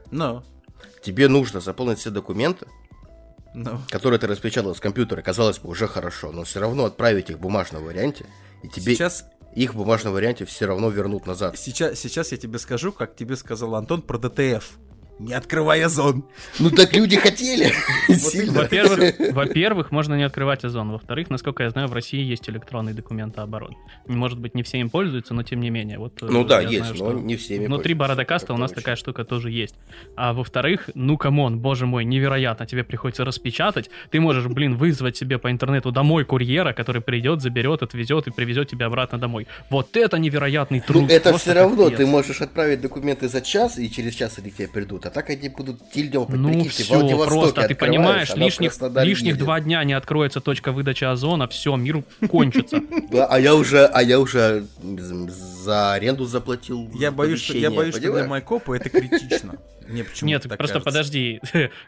тебе нужно заполнить все документы, которые ты распечатал с компьютера, казалось бы, уже хорошо, но все равно отправить их в бумажном варианте, и тебе их в бумажном варианте все равно вернут назад. Сейчас я тебе скажу, как тебе сказал Антон, про ДТФ. Не открывай Озон. Ну так люди хотели. Сильно. Во-первых, можно не открывать Озон. Во-вторых, насколько я знаю, в России есть электронный документооборот. Может быть, не все им пользуются, но тем не менее. Вот, ну да, я есть, знаю, но не всеми внутри Бородокаста у нас такая штука тоже есть. А во-вторых, ну камон, боже мой, невероятно. Тебе приходится распечатать. Ты можешь, вызвать себе по интернету домой курьера, который придет, заберет, отвезет и привезет тебя обратно домой. Вот это невероятный труд. Ну это все равно, капец. ты можешь отправить документы за час, и через час они к тебе придут. А так они будут тильдёпать. Ну все, просто, ты понимаешь, лишних 2 дня не откроется точка выдачи Озона, все, мир кончится. Да, а я уже за аренду заплатил. Я боюсь, что для Майкопа это критично. Нет, просто подожди.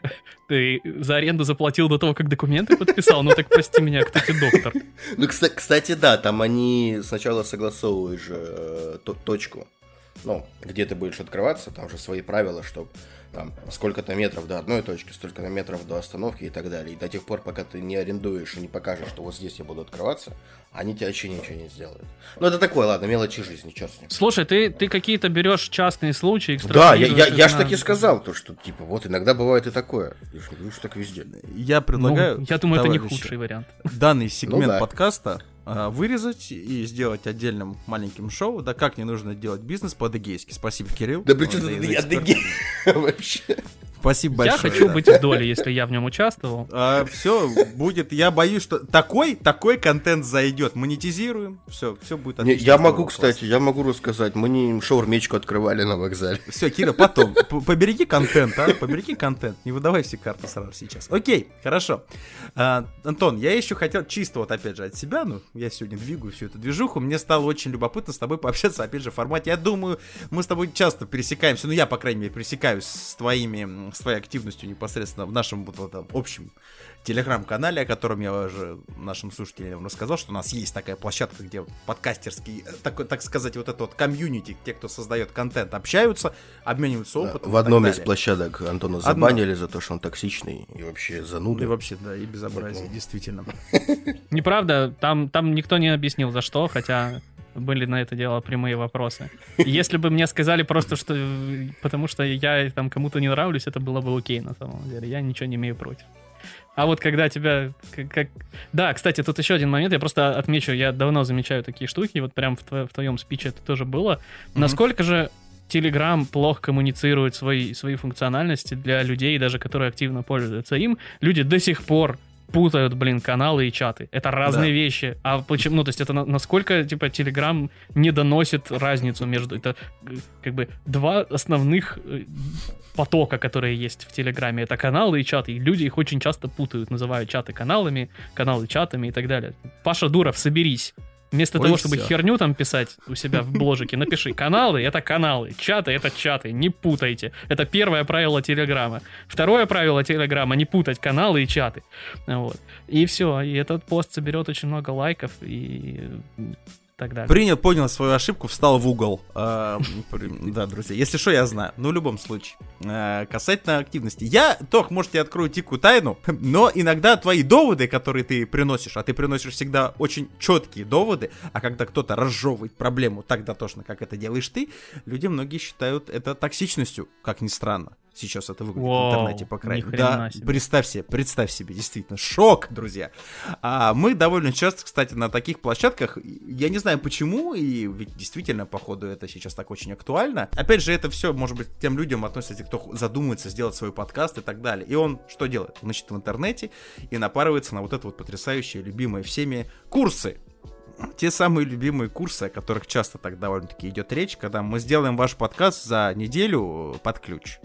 Ты за аренду заплатил до того, как документы подписал? Ну так прости меня, кто ты доктор? Ну, кстати, да, там они сначала согласовывают же точку. Ну, где ты будешь открываться, там же свои правила, чтобы там сколько-то метров до одной точки, столько-то метров до остановки и так далее. И до тех пор, пока ты не арендуешь и не покажешь, что вот здесь я буду открываться, они тебе вообще ничего не сделают. Ну, это такое, ладно, мелочи жизни, черт с ним. Слушай, ты какие-то берешь частные случаи, да, я же таки сказал, то, что, типа, вот иногда бывает и такое. Я же не говорю, что так везде. Я предлагаю, я думаю, это не худший вариант. Данный сегмент подкаста вырезать и сделать отдельным маленьким шоу. Да как не нужно делать бизнес по-адыгейски. Спасибо, Кирилл. Да при чем тут адыгей вообще? Спасибо большое. Я хочу быть в доле, если я в нем участвовал. Все будет. Я боюсь, что такой контент зайдет. Монетизируем. Все будет отлично. Я могу, кстати, рассказать. Мы не шаурмечку открывали на вокзале. Все, Кира, потом. Побереги контент, побереги контент. Не выдавай все карты сразу сейчас. Окей, хорошо. Антон, я еще хотел чисто вот опять же от себя, я сегодня двигаю всю эту движуху. Мне стало очень любопытно с тобой пообщаться, опять же, в формате. Я думаю, мы с тобой часто пересекаемся. Я, по крайней мере, пересекаюсь с твоей активностью непосредственно в нашем вот этом общем телеграм-канале, о котором я уже нашим слушателям рассказал, что у нас есть такая площадка, где подкастерский, так сказать, вот это вот комьюнити, те, кто создает контент, общаются, обмениваются опытом. В одном из площадок Антона забанили за то, что он токсичный и вообще зануда. И вообще, да, и безобразие, действительно. Неправда, там никто не объяснил за что, хотя были на это дело прямые вопросы. Если бы мне сказали просто, что потому что я там кому-то не нравлюсь, это было бы окей на самом деле. Я ничего не имею против. А вот когда тебя... Да, кстати, тут еще один момент, я просто отмечу, я давно замечаю такие штуки, вот прям в твоем спиче это тоже было. Насколько же Telegram плохо коммуницирует свои функциональности для людей, даже которые активно пользуются им. Люди до сих пор путают, каналы и чаты. Это разные вещи. А почему? То есть это насколько, типа, Telegram не доносит разницу между... Это, два основных потока, которые есть в Телеграме. Это каналы и чаты. И люди их очень часто путают. Называют чаты каналами, каналы чатами и так далее. Паша Дуров, соберись. Вместо того, чтобы херню там писать у себя в бложике, напиши: каналы — это каналы, чаты — это чаты, не путайте. Это первое правило Телеграма. Второе правило Телеграма — не путать каналы и чаты. Вот. И все, и этот пост соберет очень много лайков и так далее. Принял, понял свою ошибку, встал в угол. Да, друзья, если что, я знаю. В любом случае. Касательно активности. Тох, может, я открою дикую тайну, но иногда твои доводы, которые ты приносишь, а ты приносишь всегда очень четкие доводы, а когда кто-то разжевывает проблему так дотошно, как это делаешь ты, люди многие считают это токсичностью, как ни странно. Сейчас это выглядит в интернете, по крайней мере. Да, представь себе, действительно, шок, друзья. Мы довольно часто, кстати, на таких площадках, я не знаю почему, и ведь действительно, походу, это сейчас так очень актуально. Опять же, это все, может быть, тем людям относится, кто задумывается сделать свой подкаст и так далее. И он что делает? Он ищет в интернете и напарывается на вот это вот потрясающее, любимое всеми курсы. Те самые любимые курсы, о которых часто так довольно-таки идет речь, когда мы сделаем ваш подкаст за неделю под ключ.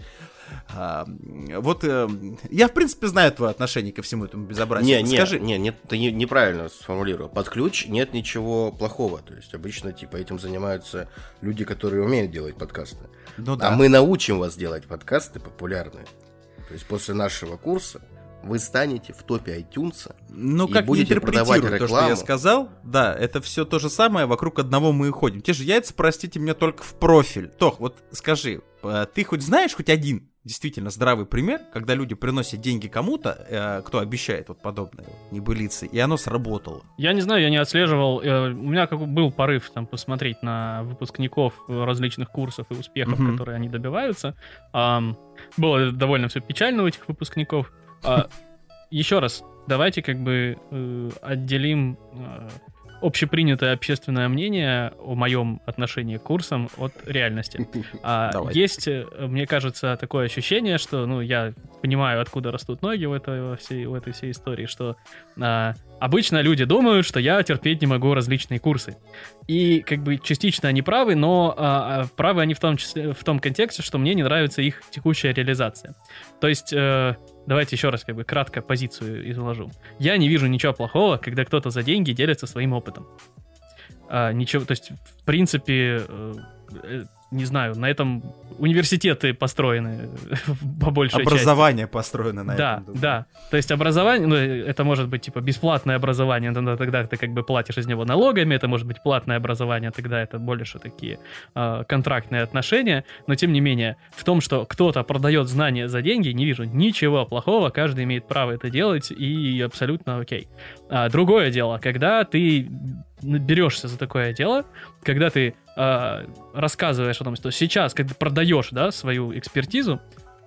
Я, в принципе, знаю твое отношение ко всему этому безобразию. Скажи. Нет, ты неправильно сформулировал. Под ключ нет ничего плохого. То есть обычно этим занимаются люди, которые умеют делать подкасты. А мы научим вас делать подкасты популярные. То есть после нашего курса вы станете в топе iTunes и как будете продавать рекламу. То, что я сказал, да, это все то же самое, вокруг одного мы и ходим. Те же яйца, простите меня, только в профиль. Тох, вот скажи, ты хоть знаешь хоть один действительно здравый пример, когда люди приносят деньги кому-то, кто обещает вот подобные небылицы, и оно сработало. Я не знаю, я не отслеживал. У меня как бы был порыв там посмотреть на выпускников различных курсов и успехов, которые они добиваются. Было довольно все печально у этих выпускников. Еще раз, давайте как бы отделим общепринятое общественное мнение о моем отношении к курсам от реальности. Есть, мне кажется, такое ощущение, что, ну, я понимаю, откуда растут ноги в этой всей истории, что обычно люди думают, что я терпеть не могу различные курсы. И как бы частично они правы, но правы они в том числе в том контексте, что мне не нравится их текущая реализация. То есть давайте еще раз как бы кратко позицию изложу. Я не вижу ничего плохого, когда кто-то за деньги делится своим опытом. Ничего, то есть в принципе, не знаю, на этом университеты построены по большей части. Образование построено на этом. Да. То есть образование, ну, это может быть типа бесплатное образование, тогда ты как бы платишь из него налогами, это может быть платное образование, тогда это больше такие контрактные отношения, но тем не менее, в том, что кто-то продает знания за деньги, не вижу ничего плохого, каждый имеет право это делать, и абсолютно окей. Другое дело, когда ты берешься за такое дело, когда ты рассказываешь о том, что сейчас, когда ты продаешь, да, свою экспертизу,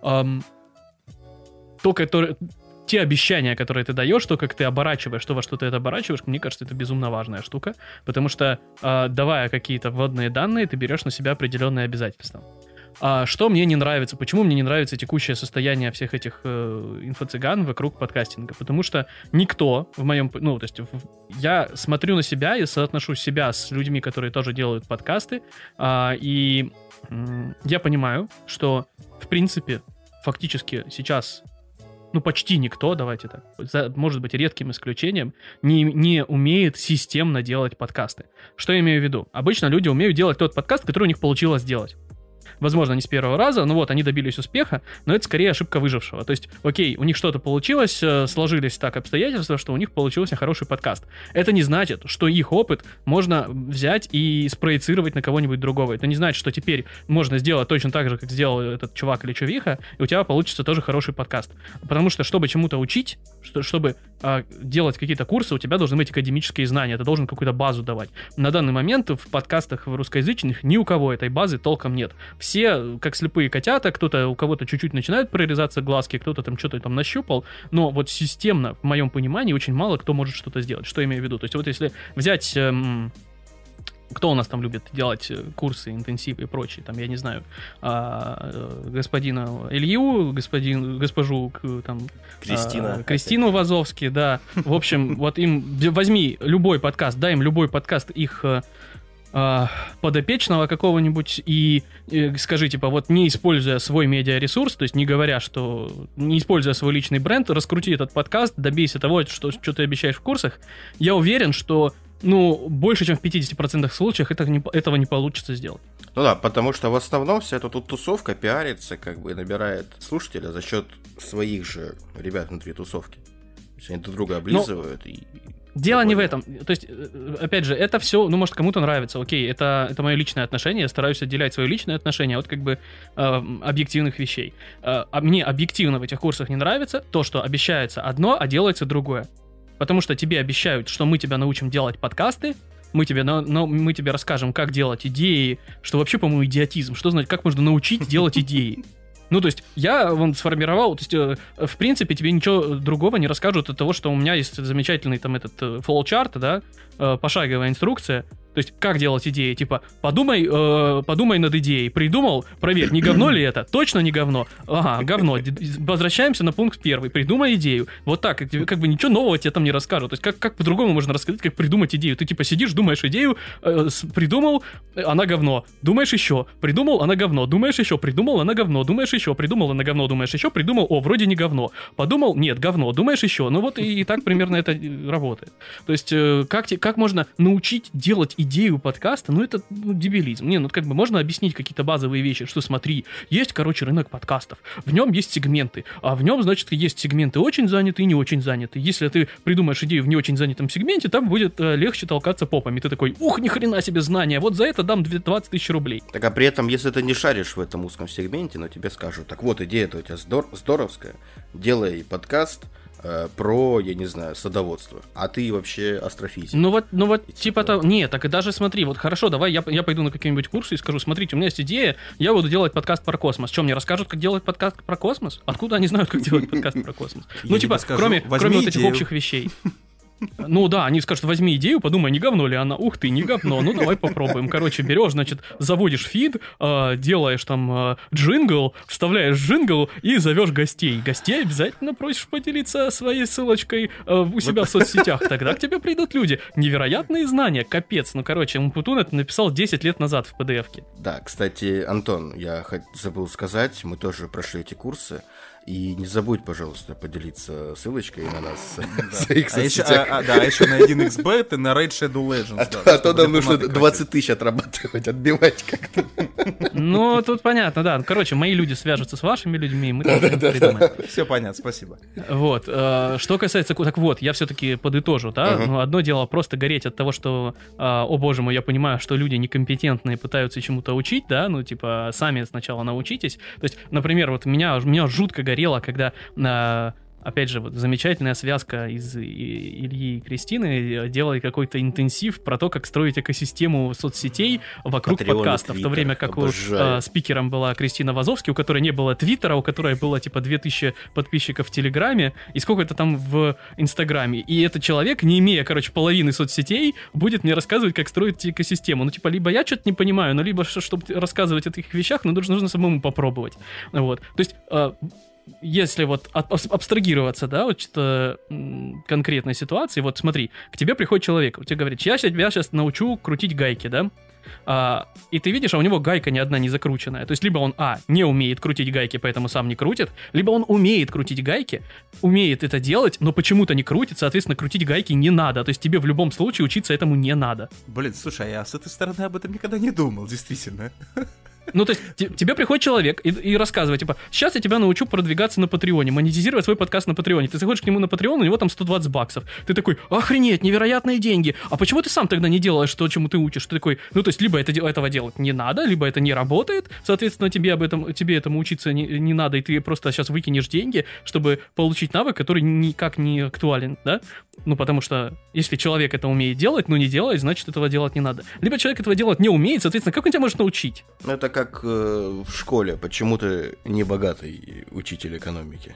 те обещания, которые ты даешь, то, как ты оборачиваешь, то, во что ты это оборачиваешь, мне кажется, это безумно важная штука, потому что, давая какие-то вводные данные, ты берешь на себя определенные обязательства. Что мне не нравится? Почему мне не нравится текущее состояние всех этих инфо-цыган вокруг подкастинга? Потому что никто в моем... Ну, то есть я смотрю на себя и соотношу себя с людьми, которые тоже делают подкасты, и я понимаю, что, в принципе, фактически сейчас... Ну, почти никто, давайте так, может быть, редким исключением, не умеет системно делать подкасты. Что я имею в виду? Обычно люди умеют делать тот подкаст, который у них получилось сделать. Возможно, не с первого раза, но вот они добились успеха, но это скорее ошибка выжившего. То есть, окей, у них что-то получилось, сложились так обстоятельства, что у них получился хороший подкаст. Это не значит, что их опыт можно взять и спроецировать на кого-нибудь другого. Это не значит, что теперь можно сделать точно так же, как сделал этот чувак или чувиха, и у тебя получится тоже хороший подкаст. Потому что, чтобы чему-то учить, чтобы делать какие-то курсы, у тебя должны быть академические знания, ты должен какую-то базу давать. На данный момент в подкастах в русскоязычных ни у кого этой базы толком нет. Все, как слепые котята, у кого-то чуть-чуть начинают прорезаться глазки, кто-то там что-то там нащупал, но вот системно, в моем понимании, очень мало кто может что-то сделать. Что я имею в виду? То есть вот если взять... Кто у нас там любит делать курсы, интенсивы и прочее, там, я не знаю, господина Илью, госпожу там, Кристину Вазовски, да. В общем, вот им возьми любой подкаст, дай им любой подкаст их подопечного какого-нибудь и скажи, типа, вот не используя свой медиаресурс, то есть не говоря, что не используя свой личный бренд, раскрути этот подкаст, добейся того, что ты обещаешь в курсах, я уверен, что больше, чем в 50% случаев этого не получится сделать. Ну да, потому что в основном вся эта тут тусовка пиарится, как бы набирает слушателя за счет своих же ребят внутри тусовки. То есть они друг друга облизывают Дело не в этом. То есть, опять же, это все, может, кому-то нравится. Окей, это мое личное отношение. Я стараюсь отделять свое личное отношение от как бы объективных вещей. А мне объективно в этих курсах не нравится то, что обещается одно, а делается другое. Потому что тебе обещают, что мы тебя научим делать подкасты, мы тебе расскажем, как делать идеи, что вообще, по-моему, идиотизм. Что значит, как можно научить делать идеи? Ну, то есть, я сформировал, то есть, в принципе, тебе ничего другого не расскажут от того, что у меня есть замечательный там этот флоу-чарт, да, пошаговая инструкция. То есть, как делать идеи? Типа, подумай над идеей. Придумал? Проверь, не говно ли это? Точно не говно? Ага, говно. Возвращаемся на пункт 1. Придумай идею. Вот так, как бы ничего нового тебе там не расскажут. То есть, как по-другому можно рассказать, как придумать идею? Ты типа сидишь, думаешь идею, придумал, она говно. Думаешь еще, придумал, она говно. Думаешь еще, придумал, она говно. Думаешь еще, придумал, она говно. Думаешь еще, придумал, вроде не говно. Подумал, нет, говно. Думаешь еще. Ну вот и так примерно это работает. То есть, как можно научить делать идею подкаста, ну, это дебилизм. Не, ну, как бы можно объяснить какие-то базовые вещи, что смотри, есть, короче, рынок подкастов, в нем есть сегменты, а в нем, значит, есть сегменты очень заняты и не очень заняты. Если ты придумаешь идею в не очень занятом сегменте, там будет легче толкаться попами. Ты такой, ух, ни хрена себе знания, вот за это дам 20 тысяч рублей. Так, а при этом, если ты не шаришь в этом узком сегменте, но тебе скажут, так вот, идея-то у тебя здоровская, делай подкаст про, я не знаю, садоводство, а ты вообще астрофизик. Ну вот типа того, нет, так и даже смотри, вот хорошо, давай я пойду на какие-нибудь курсы и скажу, смотрите, у меня есть идея, я буду делать подкаст про космос. Что, мне расскажут, как делать подкаст про космос? Откуда они знают, как делать подкаст про космос? Ну типа, кроме вот этих общих вещей. Ну да, они скажут, возьми идею, подумай, не говно ли она? Ух ты, не говно, ну давай попробуем. Короче, берешь, значит, заводишь фид, делаешь там джингл, вставляешь джингл и зовешь гостей. Гостей обязательно просишь поделиться своей ссылочкой у себя в соцсетях. Тогда к тебе придут люди. Невероятные знания, капец. Ну, короче, Умпутун это написал 10 лет назад в PDF-ке. Да, кстати, Антон, я забыл сказать, мы тоже прошли эти курсы. И не забудь, пожалуйста, поделиться ссылочкой на нас в своих соцсетях. А еще на 1xbet и на Raid Shadow Legends. А то нам нужно 20 тысяч отрабатывать, отбивать как-то. Ну, тут понятно, да. Короче, мои люди свяжутся с вашими людьми, и мы там придумаем. Все понятно, спасибо. Вот. Что касается... Так вот, я все-таки подытожу, да? Ну, одно дело просто гореть от того, что, о боже мой, я понимаю, что люди некомпетентные пытаются чему-то учить, да? Ну, типа, сами сначала научитесь. То есть, например, вот меня жутко горело, когда... Опять же, вот замечательная связка из Ильи и Кристины делали какой-то интенсив про то, как строить экосистему соцсетей вокруг подкастов. В то время как спикером была Кристина Вазовски, у которой не было твиттера, у которой было типа 2000 подписчиков в Телеграме и сколько-то там в Инстаграме. И этот человек, не имея, короче, половины соцсетей, будет мне рассказывать, как строить экосистему. Ну, типа, либо я что-то не понимаю, но либо, чтобы рассказывать о таких вещах, нужно самому попробовать. Вот. То есть... Если вот абстрагироваться, да, от что-то конкретной ситуации, вот смотри, к тебе приходит человек, он тебе говорит, я тебя сейчас научу крутить гайки, да, и ты видишь, а у него гайка ни одна не закрученная, то есть либо он, не умеет крутить гайки, поэтому сам не крутит, либо он умеет крутить гайки, умеет это делать, но почему-то не крутит, соответственно, крутить гайки не надо, то есть тебе в любом случае учиться этому не надо. Блин, слушай, я с этой стороны об этом никогда не думал, действительно. Ну, то есть, тебе приходит человек и рассказывает, типа, сейчас я тебя научу продвигаться на Патреоне, монетизировать свой подкаст на Патреоне. Ты заходишь к нему на Патреон, у него там $120. Ты такой, охренеть, невероятные деньги. А почему ты сам тогда не делаешь то, чему ты учишь? Ты такой, ну, то есть, либо этого делать не надо, либо это не работает, соответственно, тебе этому учиться не надо, и ты просто сейчас выкинешь деньги, чтобы получить навык, который никак не актуален, да? Ну, потому что, если человек это умеет делать, но не делает, значит, этого делать не надо. Либо человек этого делать не умеет, соответственно, как он тебя может научить? Ну, это как в школе. Почему ты не богатый учитель экономики?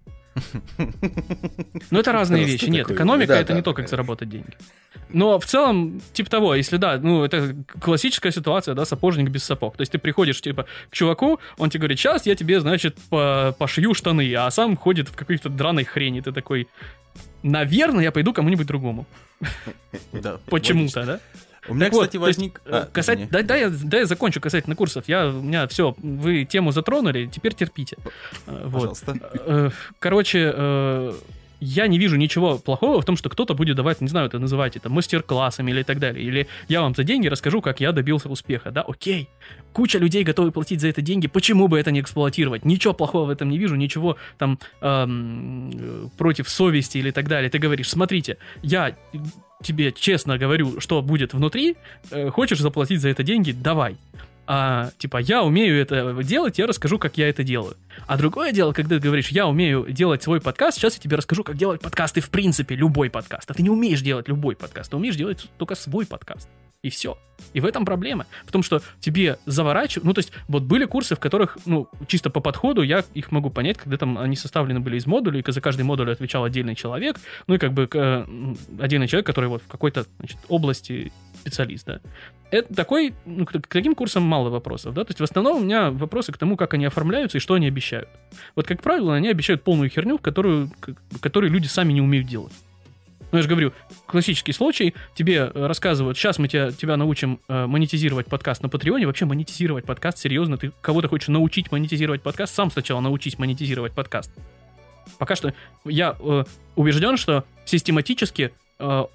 Ну, это разные вещи. Нет, экономика — это не то, как заработать деньги. Но в целом, типа того, если да, ну, это классическая ситуация, да, сапожник без сапог. То есть ты приходишь, типа, к чуваку, он тебе говорит, сейчас я тебе, значит, пошью штаны, а сам ходит в какой-то драной хрени. Ты такой, наверное, я пойду кому-нибудь другому. Почему-то, да? У меня, кстати, возник... Да, я закончу касательно курсов. У меня все, вы тему затронули, теперь терпите. Пожалуйста. Короче, я не вижу ничего плохого в том, что кто-то будет давать, не знаю, это называть это мастер-классами или так далее. Или я вам за деньги расскажу, как я добился успеха. Да, окей. Куча людей готовы платить за это деньги. Почему бы это не эксплуатировать? Ничего плохого в этом не вижу, ничего там против совести или так далее. Ты говоришь, смотрите, я тебе честно говорю, что будет внутри, хочешь заплатить за это деньги, давай. Типа, я умею это делать, я расскажу, как я это делаю. А другое дело, когда ты говоришь, я умею делать свой подкаст, сейчас я тебе расскажу, как делать подкасты, в принципе, любой подкаст. А ты не умеешь делать любой подкаст, ты умеешь делать только свой подкаст. И все. И в этом проблема. В том, что тебе заворачивают... Ну, то есть, вот были курсы, в которых, ну, чисто по подходу, я их могу понять, когда там они составлены были из модулей, и за каждый модуль отвечал отдельный человек, ну, и как бы отдельный человек, который вот в какой-то, значит, области специалист, да. Это такой... Ну, к таким курсам мало вопросов, да. То есть, в основном у меня вопросы к тому, как они оформляются и что они обещают. Вот, как правило, они обещают полную херню, которую люди сами не умеют делать. Ну, я же говорю, классический случай, тебе рассказывают, сейчас мы тебя научим монетизировать подкаст на Патреоне, вообще монетизировать подкаст, серьезно, ты кого-то хочешь научить монетизировать подкаст, сам сначала научись монетизировать подкаст. Пока что я убежден, что систематически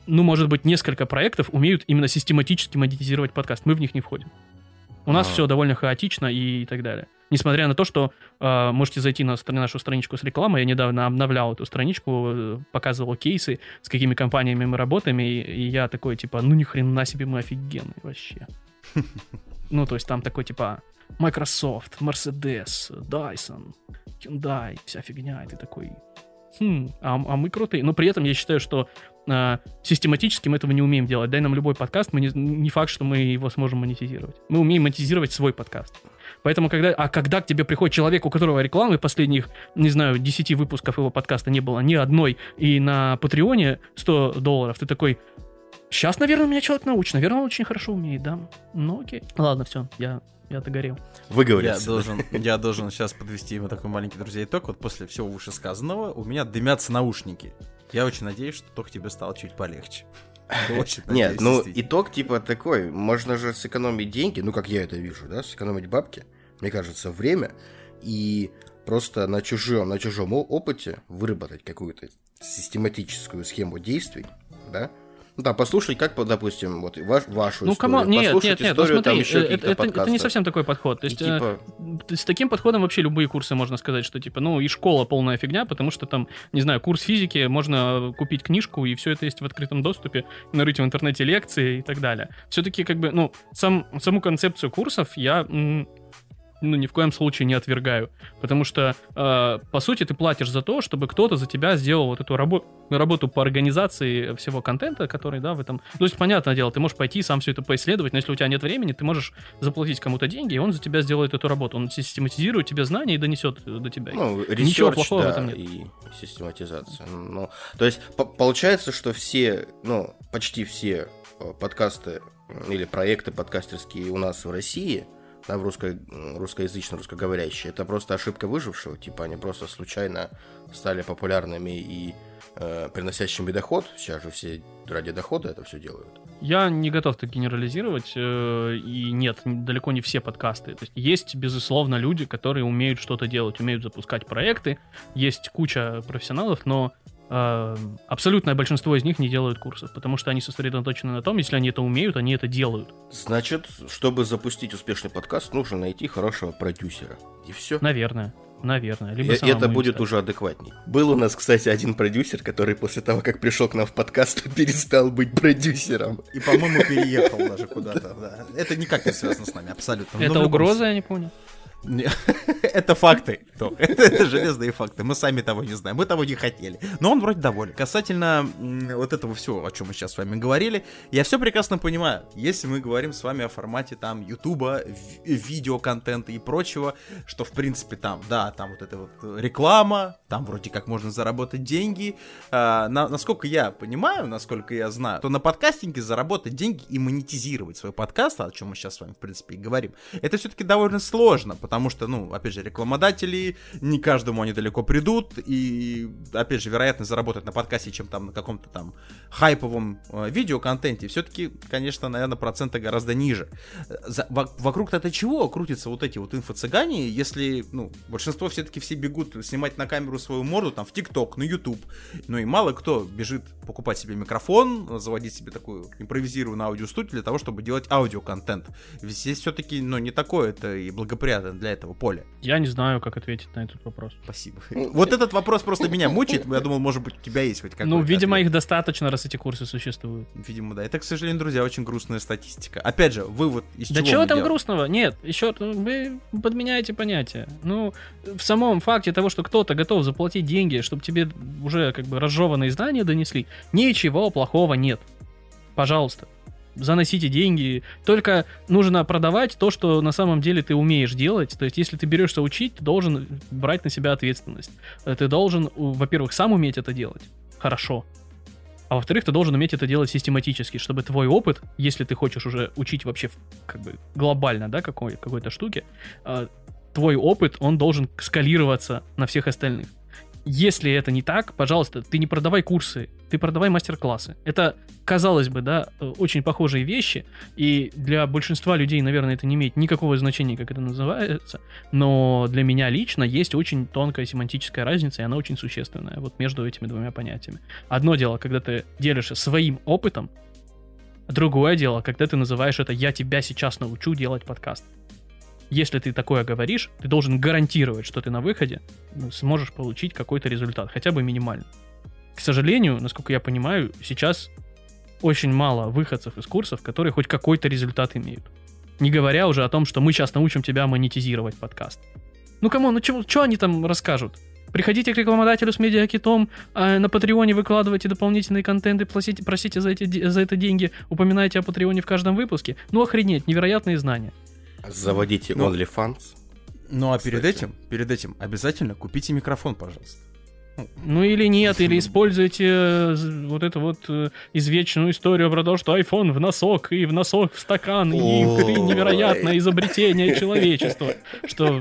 может быть, несколько проектов умеют именно систематически монетизировать подкаст. Мы в них не входим. У нас все довольно хаотично и так далее. Несмотря на то, что можете зайти на нашу страничку с рекламой. Я недавно обновлял эту страничку, показывал кейсы, с какими компаниями мы работаем, и я такой, типа, ну ни хрена себе, мы офигенные вообще. Ну, то есть там такой, типа, Microsoft, Mercedes, Dyson, Hyundai, вся фигня, и ты такой... а мы крутые. Но при этом я считаю, что систематически мы этого не умеем делать. Дай нам любой подкаст, не факт, что мы его сможем монетизировать. Мы умеем монетизировать свой подкаст. Поэтому, когда к тебе приходит человек, у которого рекламы последних, не знаю, 10 выпусков его подкаста не было ни одной, и на Патреоне $100, ты такой, сейчас, наверное, меня человек научит, наверное, он очень хорошо умеет, да? Ну, окей. Ладно, все, я догорел. Выговорился. Я должен сейчас подвести ему такой маленький, друзья, итог. Вот после всего вышесказанного у меня дымятся наушники. Я очень надеюсь, что только тебе стало чуть полегче. Нет, ну итог типа такой. Можно же сэкономить деньги, ну как я это вижу, да, сэкономить бабки, мне кажется, время, и просто на чужом опыте выработать какую-то систематическую схему действий, да. Ну да, послушать, как, допустим, вот вашу историю, послушать историю там еще каких-то подкастов. Это не совсем такой подход. То есть, с таким подходом вообще любые курсы можно сказать, что типа, ну и школа полная фигня, потому что там, не знаю, курс физики, можно купить книжку, и все это есть в открытом доступе, нарыть в интернете лекции и так далее. Все-таки как бы, ну, саму концепцию курсов я... ни в коем случае не отвергаю. Потому что, по сути, ты платишь за то, чтобы кто-то за тебя сделал вот эту работу по организации всего контента, который, да, в этом... То есть, понятное дело, ты можешь пойти сам все это поисследовать, но если у тебя нет времени, ты можешь заплатить кому-то деньги, и он за тебя сделает эту работу. Он систематизирует тебе знания и донесет до тебя. Ну, ничего research, плохого да, в этом нет. И систематизация. Ну, то есть, получается, что все, ну, почти все подкасты или проекты подкастерские у нас в России, да, в русскоязычно, русскоговорящие, это просто ошибка выжившего, типа они просто случайно стали популярными и приносящими доход. Сейчас же все ради дохода это все делают. Я не готов так генерализировать, и нет, далеко не все подкасты. То есть, безусловно, люди, которые умеют что-то делать, умеют запускать проекты, есть куча профессионалов, но абсолютное большинство из них не делают курсов, потому что они сосредоточены на том, если они это умеют, они это делают. Значит, чтобы запустить успешный подкаст, нужно найти хорошего продюсера. И все. Наверное. Либо это будет уже адекватней. Был у нас, кстати, один продюсер, который после того, как пришел к нам в подкаст, перестал быть продюсером. И, по-моему, переехал даже куда-то. Да. Это никак не связано с нами, абсолютно. Это угроза, я не понял. Это факты. Это железные факты. Мы сами того не знаем. Мы того не хотели. Но он вроде доволен. Касательно вот этого всего, о чем мы сейчас с вами говорили, я все прекрасно понимаю. Если мы говорим с вами о формате там Ютуба, видеоконтента и прочего, что в принципе там, да, там вот эта вот реклама, там вроде как можно заработать деньги. Насколько я понимаю, насколько я знаю, то на подкастинге заработать деньги и монетизировать свой подкаст, о чем мы сейчас с вами в принципе и говорим, это все-таки довольно сложно, потому что, ну, опять же, рекламодатели, не каждому они далеко придут, и, опять же, вероятность заработать на подкасте, чем там на каком-то там хайповом видеоконтенте, все-таки, конечно, наверное, проценты гораздо ниже. Вокруг-то чего крутятся вот эти вот инфо-цыгане, если, ну, большинство все-таки все бегут снимать на камеру свою морду, там, в ТикТок, на Ютуб, ну, и мало кто бежит покупать себе микрофон, заводить себе такую импровизированную аудиостудию для того, чтобы делать аудиоконтент. Здесь все-таки, ну, не такое это и благоприятно для этого поля. Я не знаю, как ответить на этот вопрос. Спасибо. Вот этот вопрос просто меня мучает. Я думал, может быть, у тебя есть хоть какой-то Ну, видимо, их достаточно, раз эти курсы существуют. Видимо, да. Это, к сожалению, друзья, очень грустная статистика. Опять же, вы вот из чего Да чего там грустного? Нет, еще вы подменяете понятия. Ну, в самом факте того, что кто-то готов заплатить деньги, чтобы тебе уже как бы разжеванные знания донесли, ничего плохого нет. Пожалуйста. Заносите деньги, только нужно продавать то, что на самом деле ты умеешь делать. То есть, если ты берешься учить, ты должен брать на себя ответственность. Ты должен, во-первых, сам уметь это делать хорошо, а во-вторых, ты должен уметь это делать систематически, чтобы твой опыт, если ты хочешь уже учить вообще как бы глобально, да, какой-то штуке, твой опыт, он должен скалироваться на всех остальных. Если это не так, пожалуйста, ты не продавай курсы, ты продавай мастер-классы. Это, казалось бы, да, очень похожие вещи, и для большинства людей, наверное, это не имеет никакого значения, как это называется, но для меня лично есть очень тонкая семантическая разница, и она очень существенная вот между этими двумя понятиями. Одно дело, когда ты делишься своим опытом, другое дело, когда ты называешь это «я тебя сейчас научу делать подкаст». Если ты такое говоришь, ты должен гарантировать, что ты на выходе сможешь получить какой-то результат, хотя бы минимальный. К сожалению, насколько я понимаю, сейчас очень мало выходцев из курсов, которые хоть какой-то результат имеют. Не говоря уже о том, что мы сейчас научим тебя монетизировать подкаст. Ну, камон, ну что они там расскажут? Приходите к рекламодателю с медиакитом, на Патреоне выкладывайте дополнительные контенты, просите за это деньги, упоминайте о Патреоне в каждом выпуске. Ну, охренеть, невероятные знания. Заводите OnlyFans. Ну, а перед этим обязательно купите микрофон, пожалуйста. Ну или нет, или используйте вот эту вот извечную историю про то, что iPhone в носок, и в носок в стакан, и невероятное изобретение человечества. Что...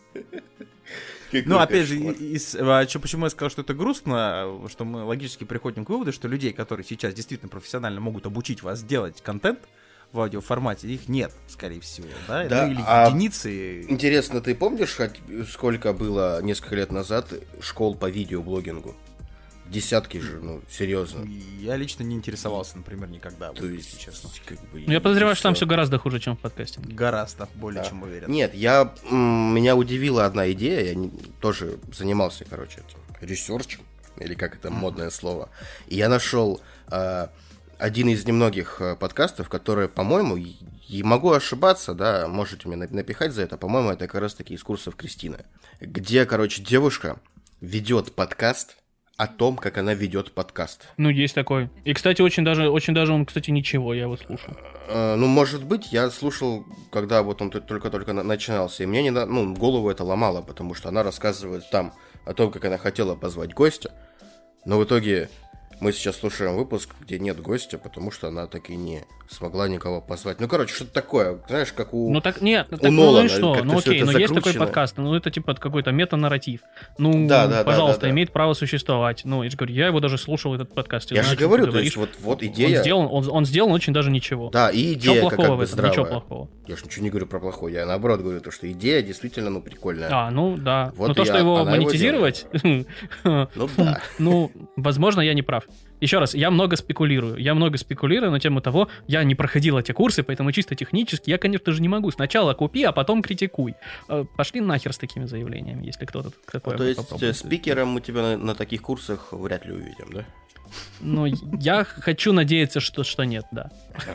Ну, опять же, почему я сказал, что это грустно, что мы логически приходим к выводу, что людей, которые сейчас действительно профессионально могут обучить вас делать контент в аудиоформате, их нет, скорее всего, да? Да, ну, или единицы. Интересно, ты помнишь, сколько было несколько лет назад школ по видеоблогингу? Десятки же, ну, серьезно. Я лично не интересовался, например, никогда. То есть, честно. Ну, я подозреваю, что там все гораздо хуже, чем в подкастинге. Гораздо, более чем уверен. Нет, меня удивила одна идея, я тоже занимался, ресерчем, или как это модное слово. И я нашел один из немногих подкастов, которые, по-моему, и могу ошибаться, да, можете мне напихать за это, по-моему, это как раз-таки из курсов Кристины, где, девушка ведет подкаст о том, как она ведет подкаст. Ну, есть такой. И, кстати, очень даже он, кстати, ничего, я его слушал. Ну, может быть, я слушал, когда вот он только-только начинался, и мне голову это ломало, потому что она рассказывает там о том, как она хотела позвать гостя, но в итоге мы сейчас слушаем выпуск, где нет гостя, потому что она так и не смогла никого позвать. Ну, что-то такое, знаешь, как у... Ну, так нет, у Нолана, ну и что? Ну, окей, но есть такой закручено. подкаст, ну, это типа какой-то метанарратив. Ну, Да, пожалуйста, да. имеет право существовать. Ну, я же говорю, я его даже слушал, этот подкаст. Я же говорю, то есть вот идея... Он сделан очень даже ничего. Да, и идея Чего плохого как в бы этом? здравая. Ничего плохого. Я же ничего не говорю про плохое, я наоборот говорю, то, что идея действительно, прикольная. Ну, да. Вот Но то, что его она монетизировать... Ну, да. Ну, возможно, я не прав. Еще раз, я много спекулирую на тему того, я не проходил эти курсы, поэтому чисто технически я, конечно же, не могу. Сначала купи, а потом критикуй. Пошли нахер с такими заявлениями, если кто-то такое То есть попробует. спикером мы тебя на таких курсах вряд ли увидим, да? Ну, я хочу надеяться, что нет, да.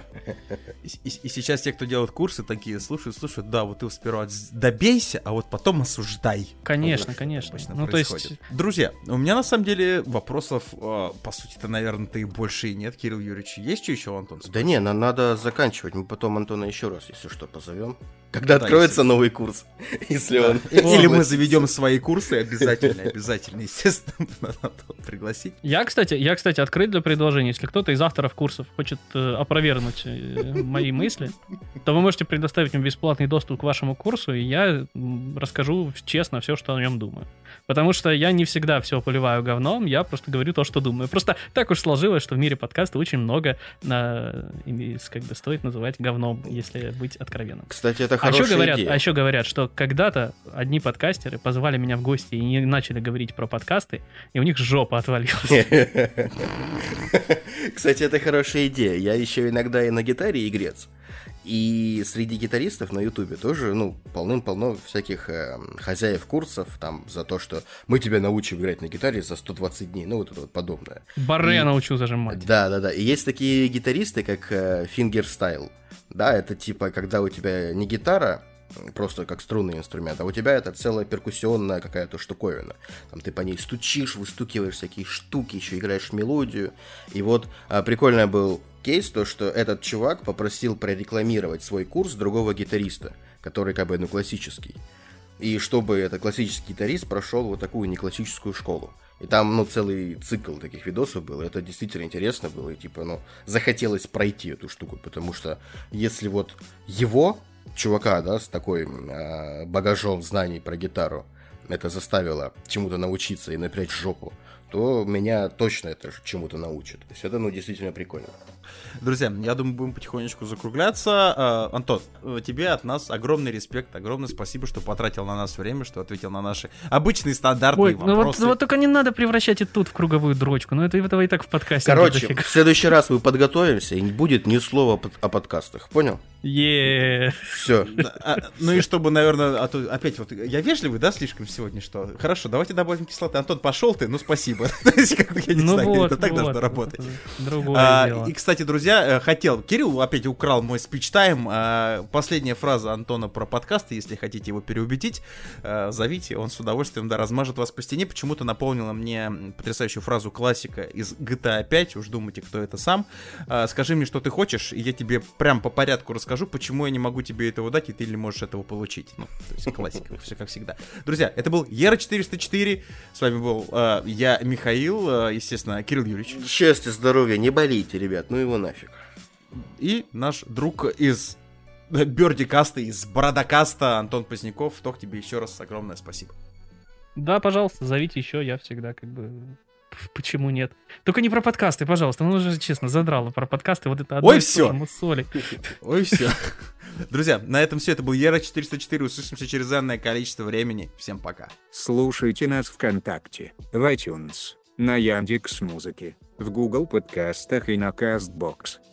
И сейчас те, кто делают курсы, такие слушают, да, вот ты сперва добейся, а вот потом осуждай. Конечно. Ну, то есть... Друзья, у меня на самом деле вопросов, по сути-то, наверное-то и больше и нет, Кирилл Юрьевич. Есть что еще, Антон? Да не, надо заканчивать. Мы потом Антона еще раз, если что, позовем. Когда Да, откроется новый курс. Если он... Или мы заведем свои курсы, обязательно, естественно, надо пригласить. Я, кстати, открыт для предложений. Если кто-то из авторов курсов хочет опровергнуть мои мысли, то вы можете предоставить мне бесплатный доступ к вашему курсу, и я расскажу честно все, что о нем думаю. Потому что я не всегда все поливаю говном, я просто говорю то, что думаю. Просто так уж сложилось, что в мире подкаста очень много стоит называть говном, если быть откровенным. Кстати, это хорошая идея. А еще говорят, что когда-то одни подкастеры позвали меня в гости и не начали говорить про подкасты, и у них жопа отвалилась. Кстати, это хорошая идея. Я еще иногда и на гитаре игрец. И среди гитаристов на Ютубе тоже, полным-полно всяких хозяев курсов, там, за то, что мы тебя научим играть на гитаре за 120 дней, вот это вот подобное. Барре научу зажимать. Да. И есть такие гитаристы, как фингерстайл. Да, это типа, когда у тебя не гитара, просто как струнный инструмент, а у тебя это целая перкуссионная какая-то штуковина. Там ты по ней стучишь, выстукиваешь всякие штуки, еще играешь мелодию. И вот прикольный был кейс, то, что этот чувак попросил прорекламировать свой курс другого гитариста, который классический. И чтобы этот классический гитарист прошел вот такую неклассическую школу. И там, целый цикл таких видосов был, и это действительно интересно было, и захотелось пройти эту штуку, потому что если вот его, чувака, да, с такой багажом знаний про гитару, это заставило чему-то научиться и напрячь жопу, то меня точно это чему-то научит. То есть это, действительно прикольно. Друзья, я думаю, будем потихонечку закругляться. Антон, тебе от нас огромный респект, огромное спасибо, что потратил на нас время, что ответил на наши обычные стандартные вопросы. Вот только не надо превращать и тут в круговую дрочку. Ну, этого и так в подкасте. Короче, в следующий раз мы подготовимся, и не будет ни слова о подкастах. Понял? Все. Ну и чтобы, наверное, опять вот я вежливый, да, слишком сегодня, что? Хорошо, давайте добавим кислоты. Антон, пошел ты, ну спасибо. Я не знаю, это так должно работать. Другое дело. И, кстати, друзья, Кирилл опять украл мой спич-тайм. Последняя фраза Антона про подкасты, если хотите его переубедить, зовите, он с удовольствием, размажет вас по стене. Почему-то напомнила мне потрясающую фразу классика из GTA 5, уж думайте, кто это сам. Скажи мне, что ты хочешь, и я тебе прям по порядку расскажу, почему я не могу тебе этого дать, и ты не можешь этого получить. Ну, то есть классика, все как всегда. Друзья, это был Ера 404, с вами был я, Михаил, естественно, Кирилл Юрьевич. Счастья, здоровья, не болейте, ребят, ну его нафиг. И наш друг из Бердикаста, из Бородокаста, Антон Поздняков. Тох, тебе еще раз огромное спасибо. Да, пожалуйста, зовите еще, я всегда Почему нет? Только не про подкасты, пожалуйста. Ну, уже честно, задрало про подкасты. Вот это одно Ой, все. Муссоли. Ой, все. Друзья, на этом все. Это был Ера 404. Услышимся через энное количество времени. Всем пока. Слушайте нас ВКонтакте, в iTunes, на Яндекс.Музыке, в Google подкастах и на Castbox.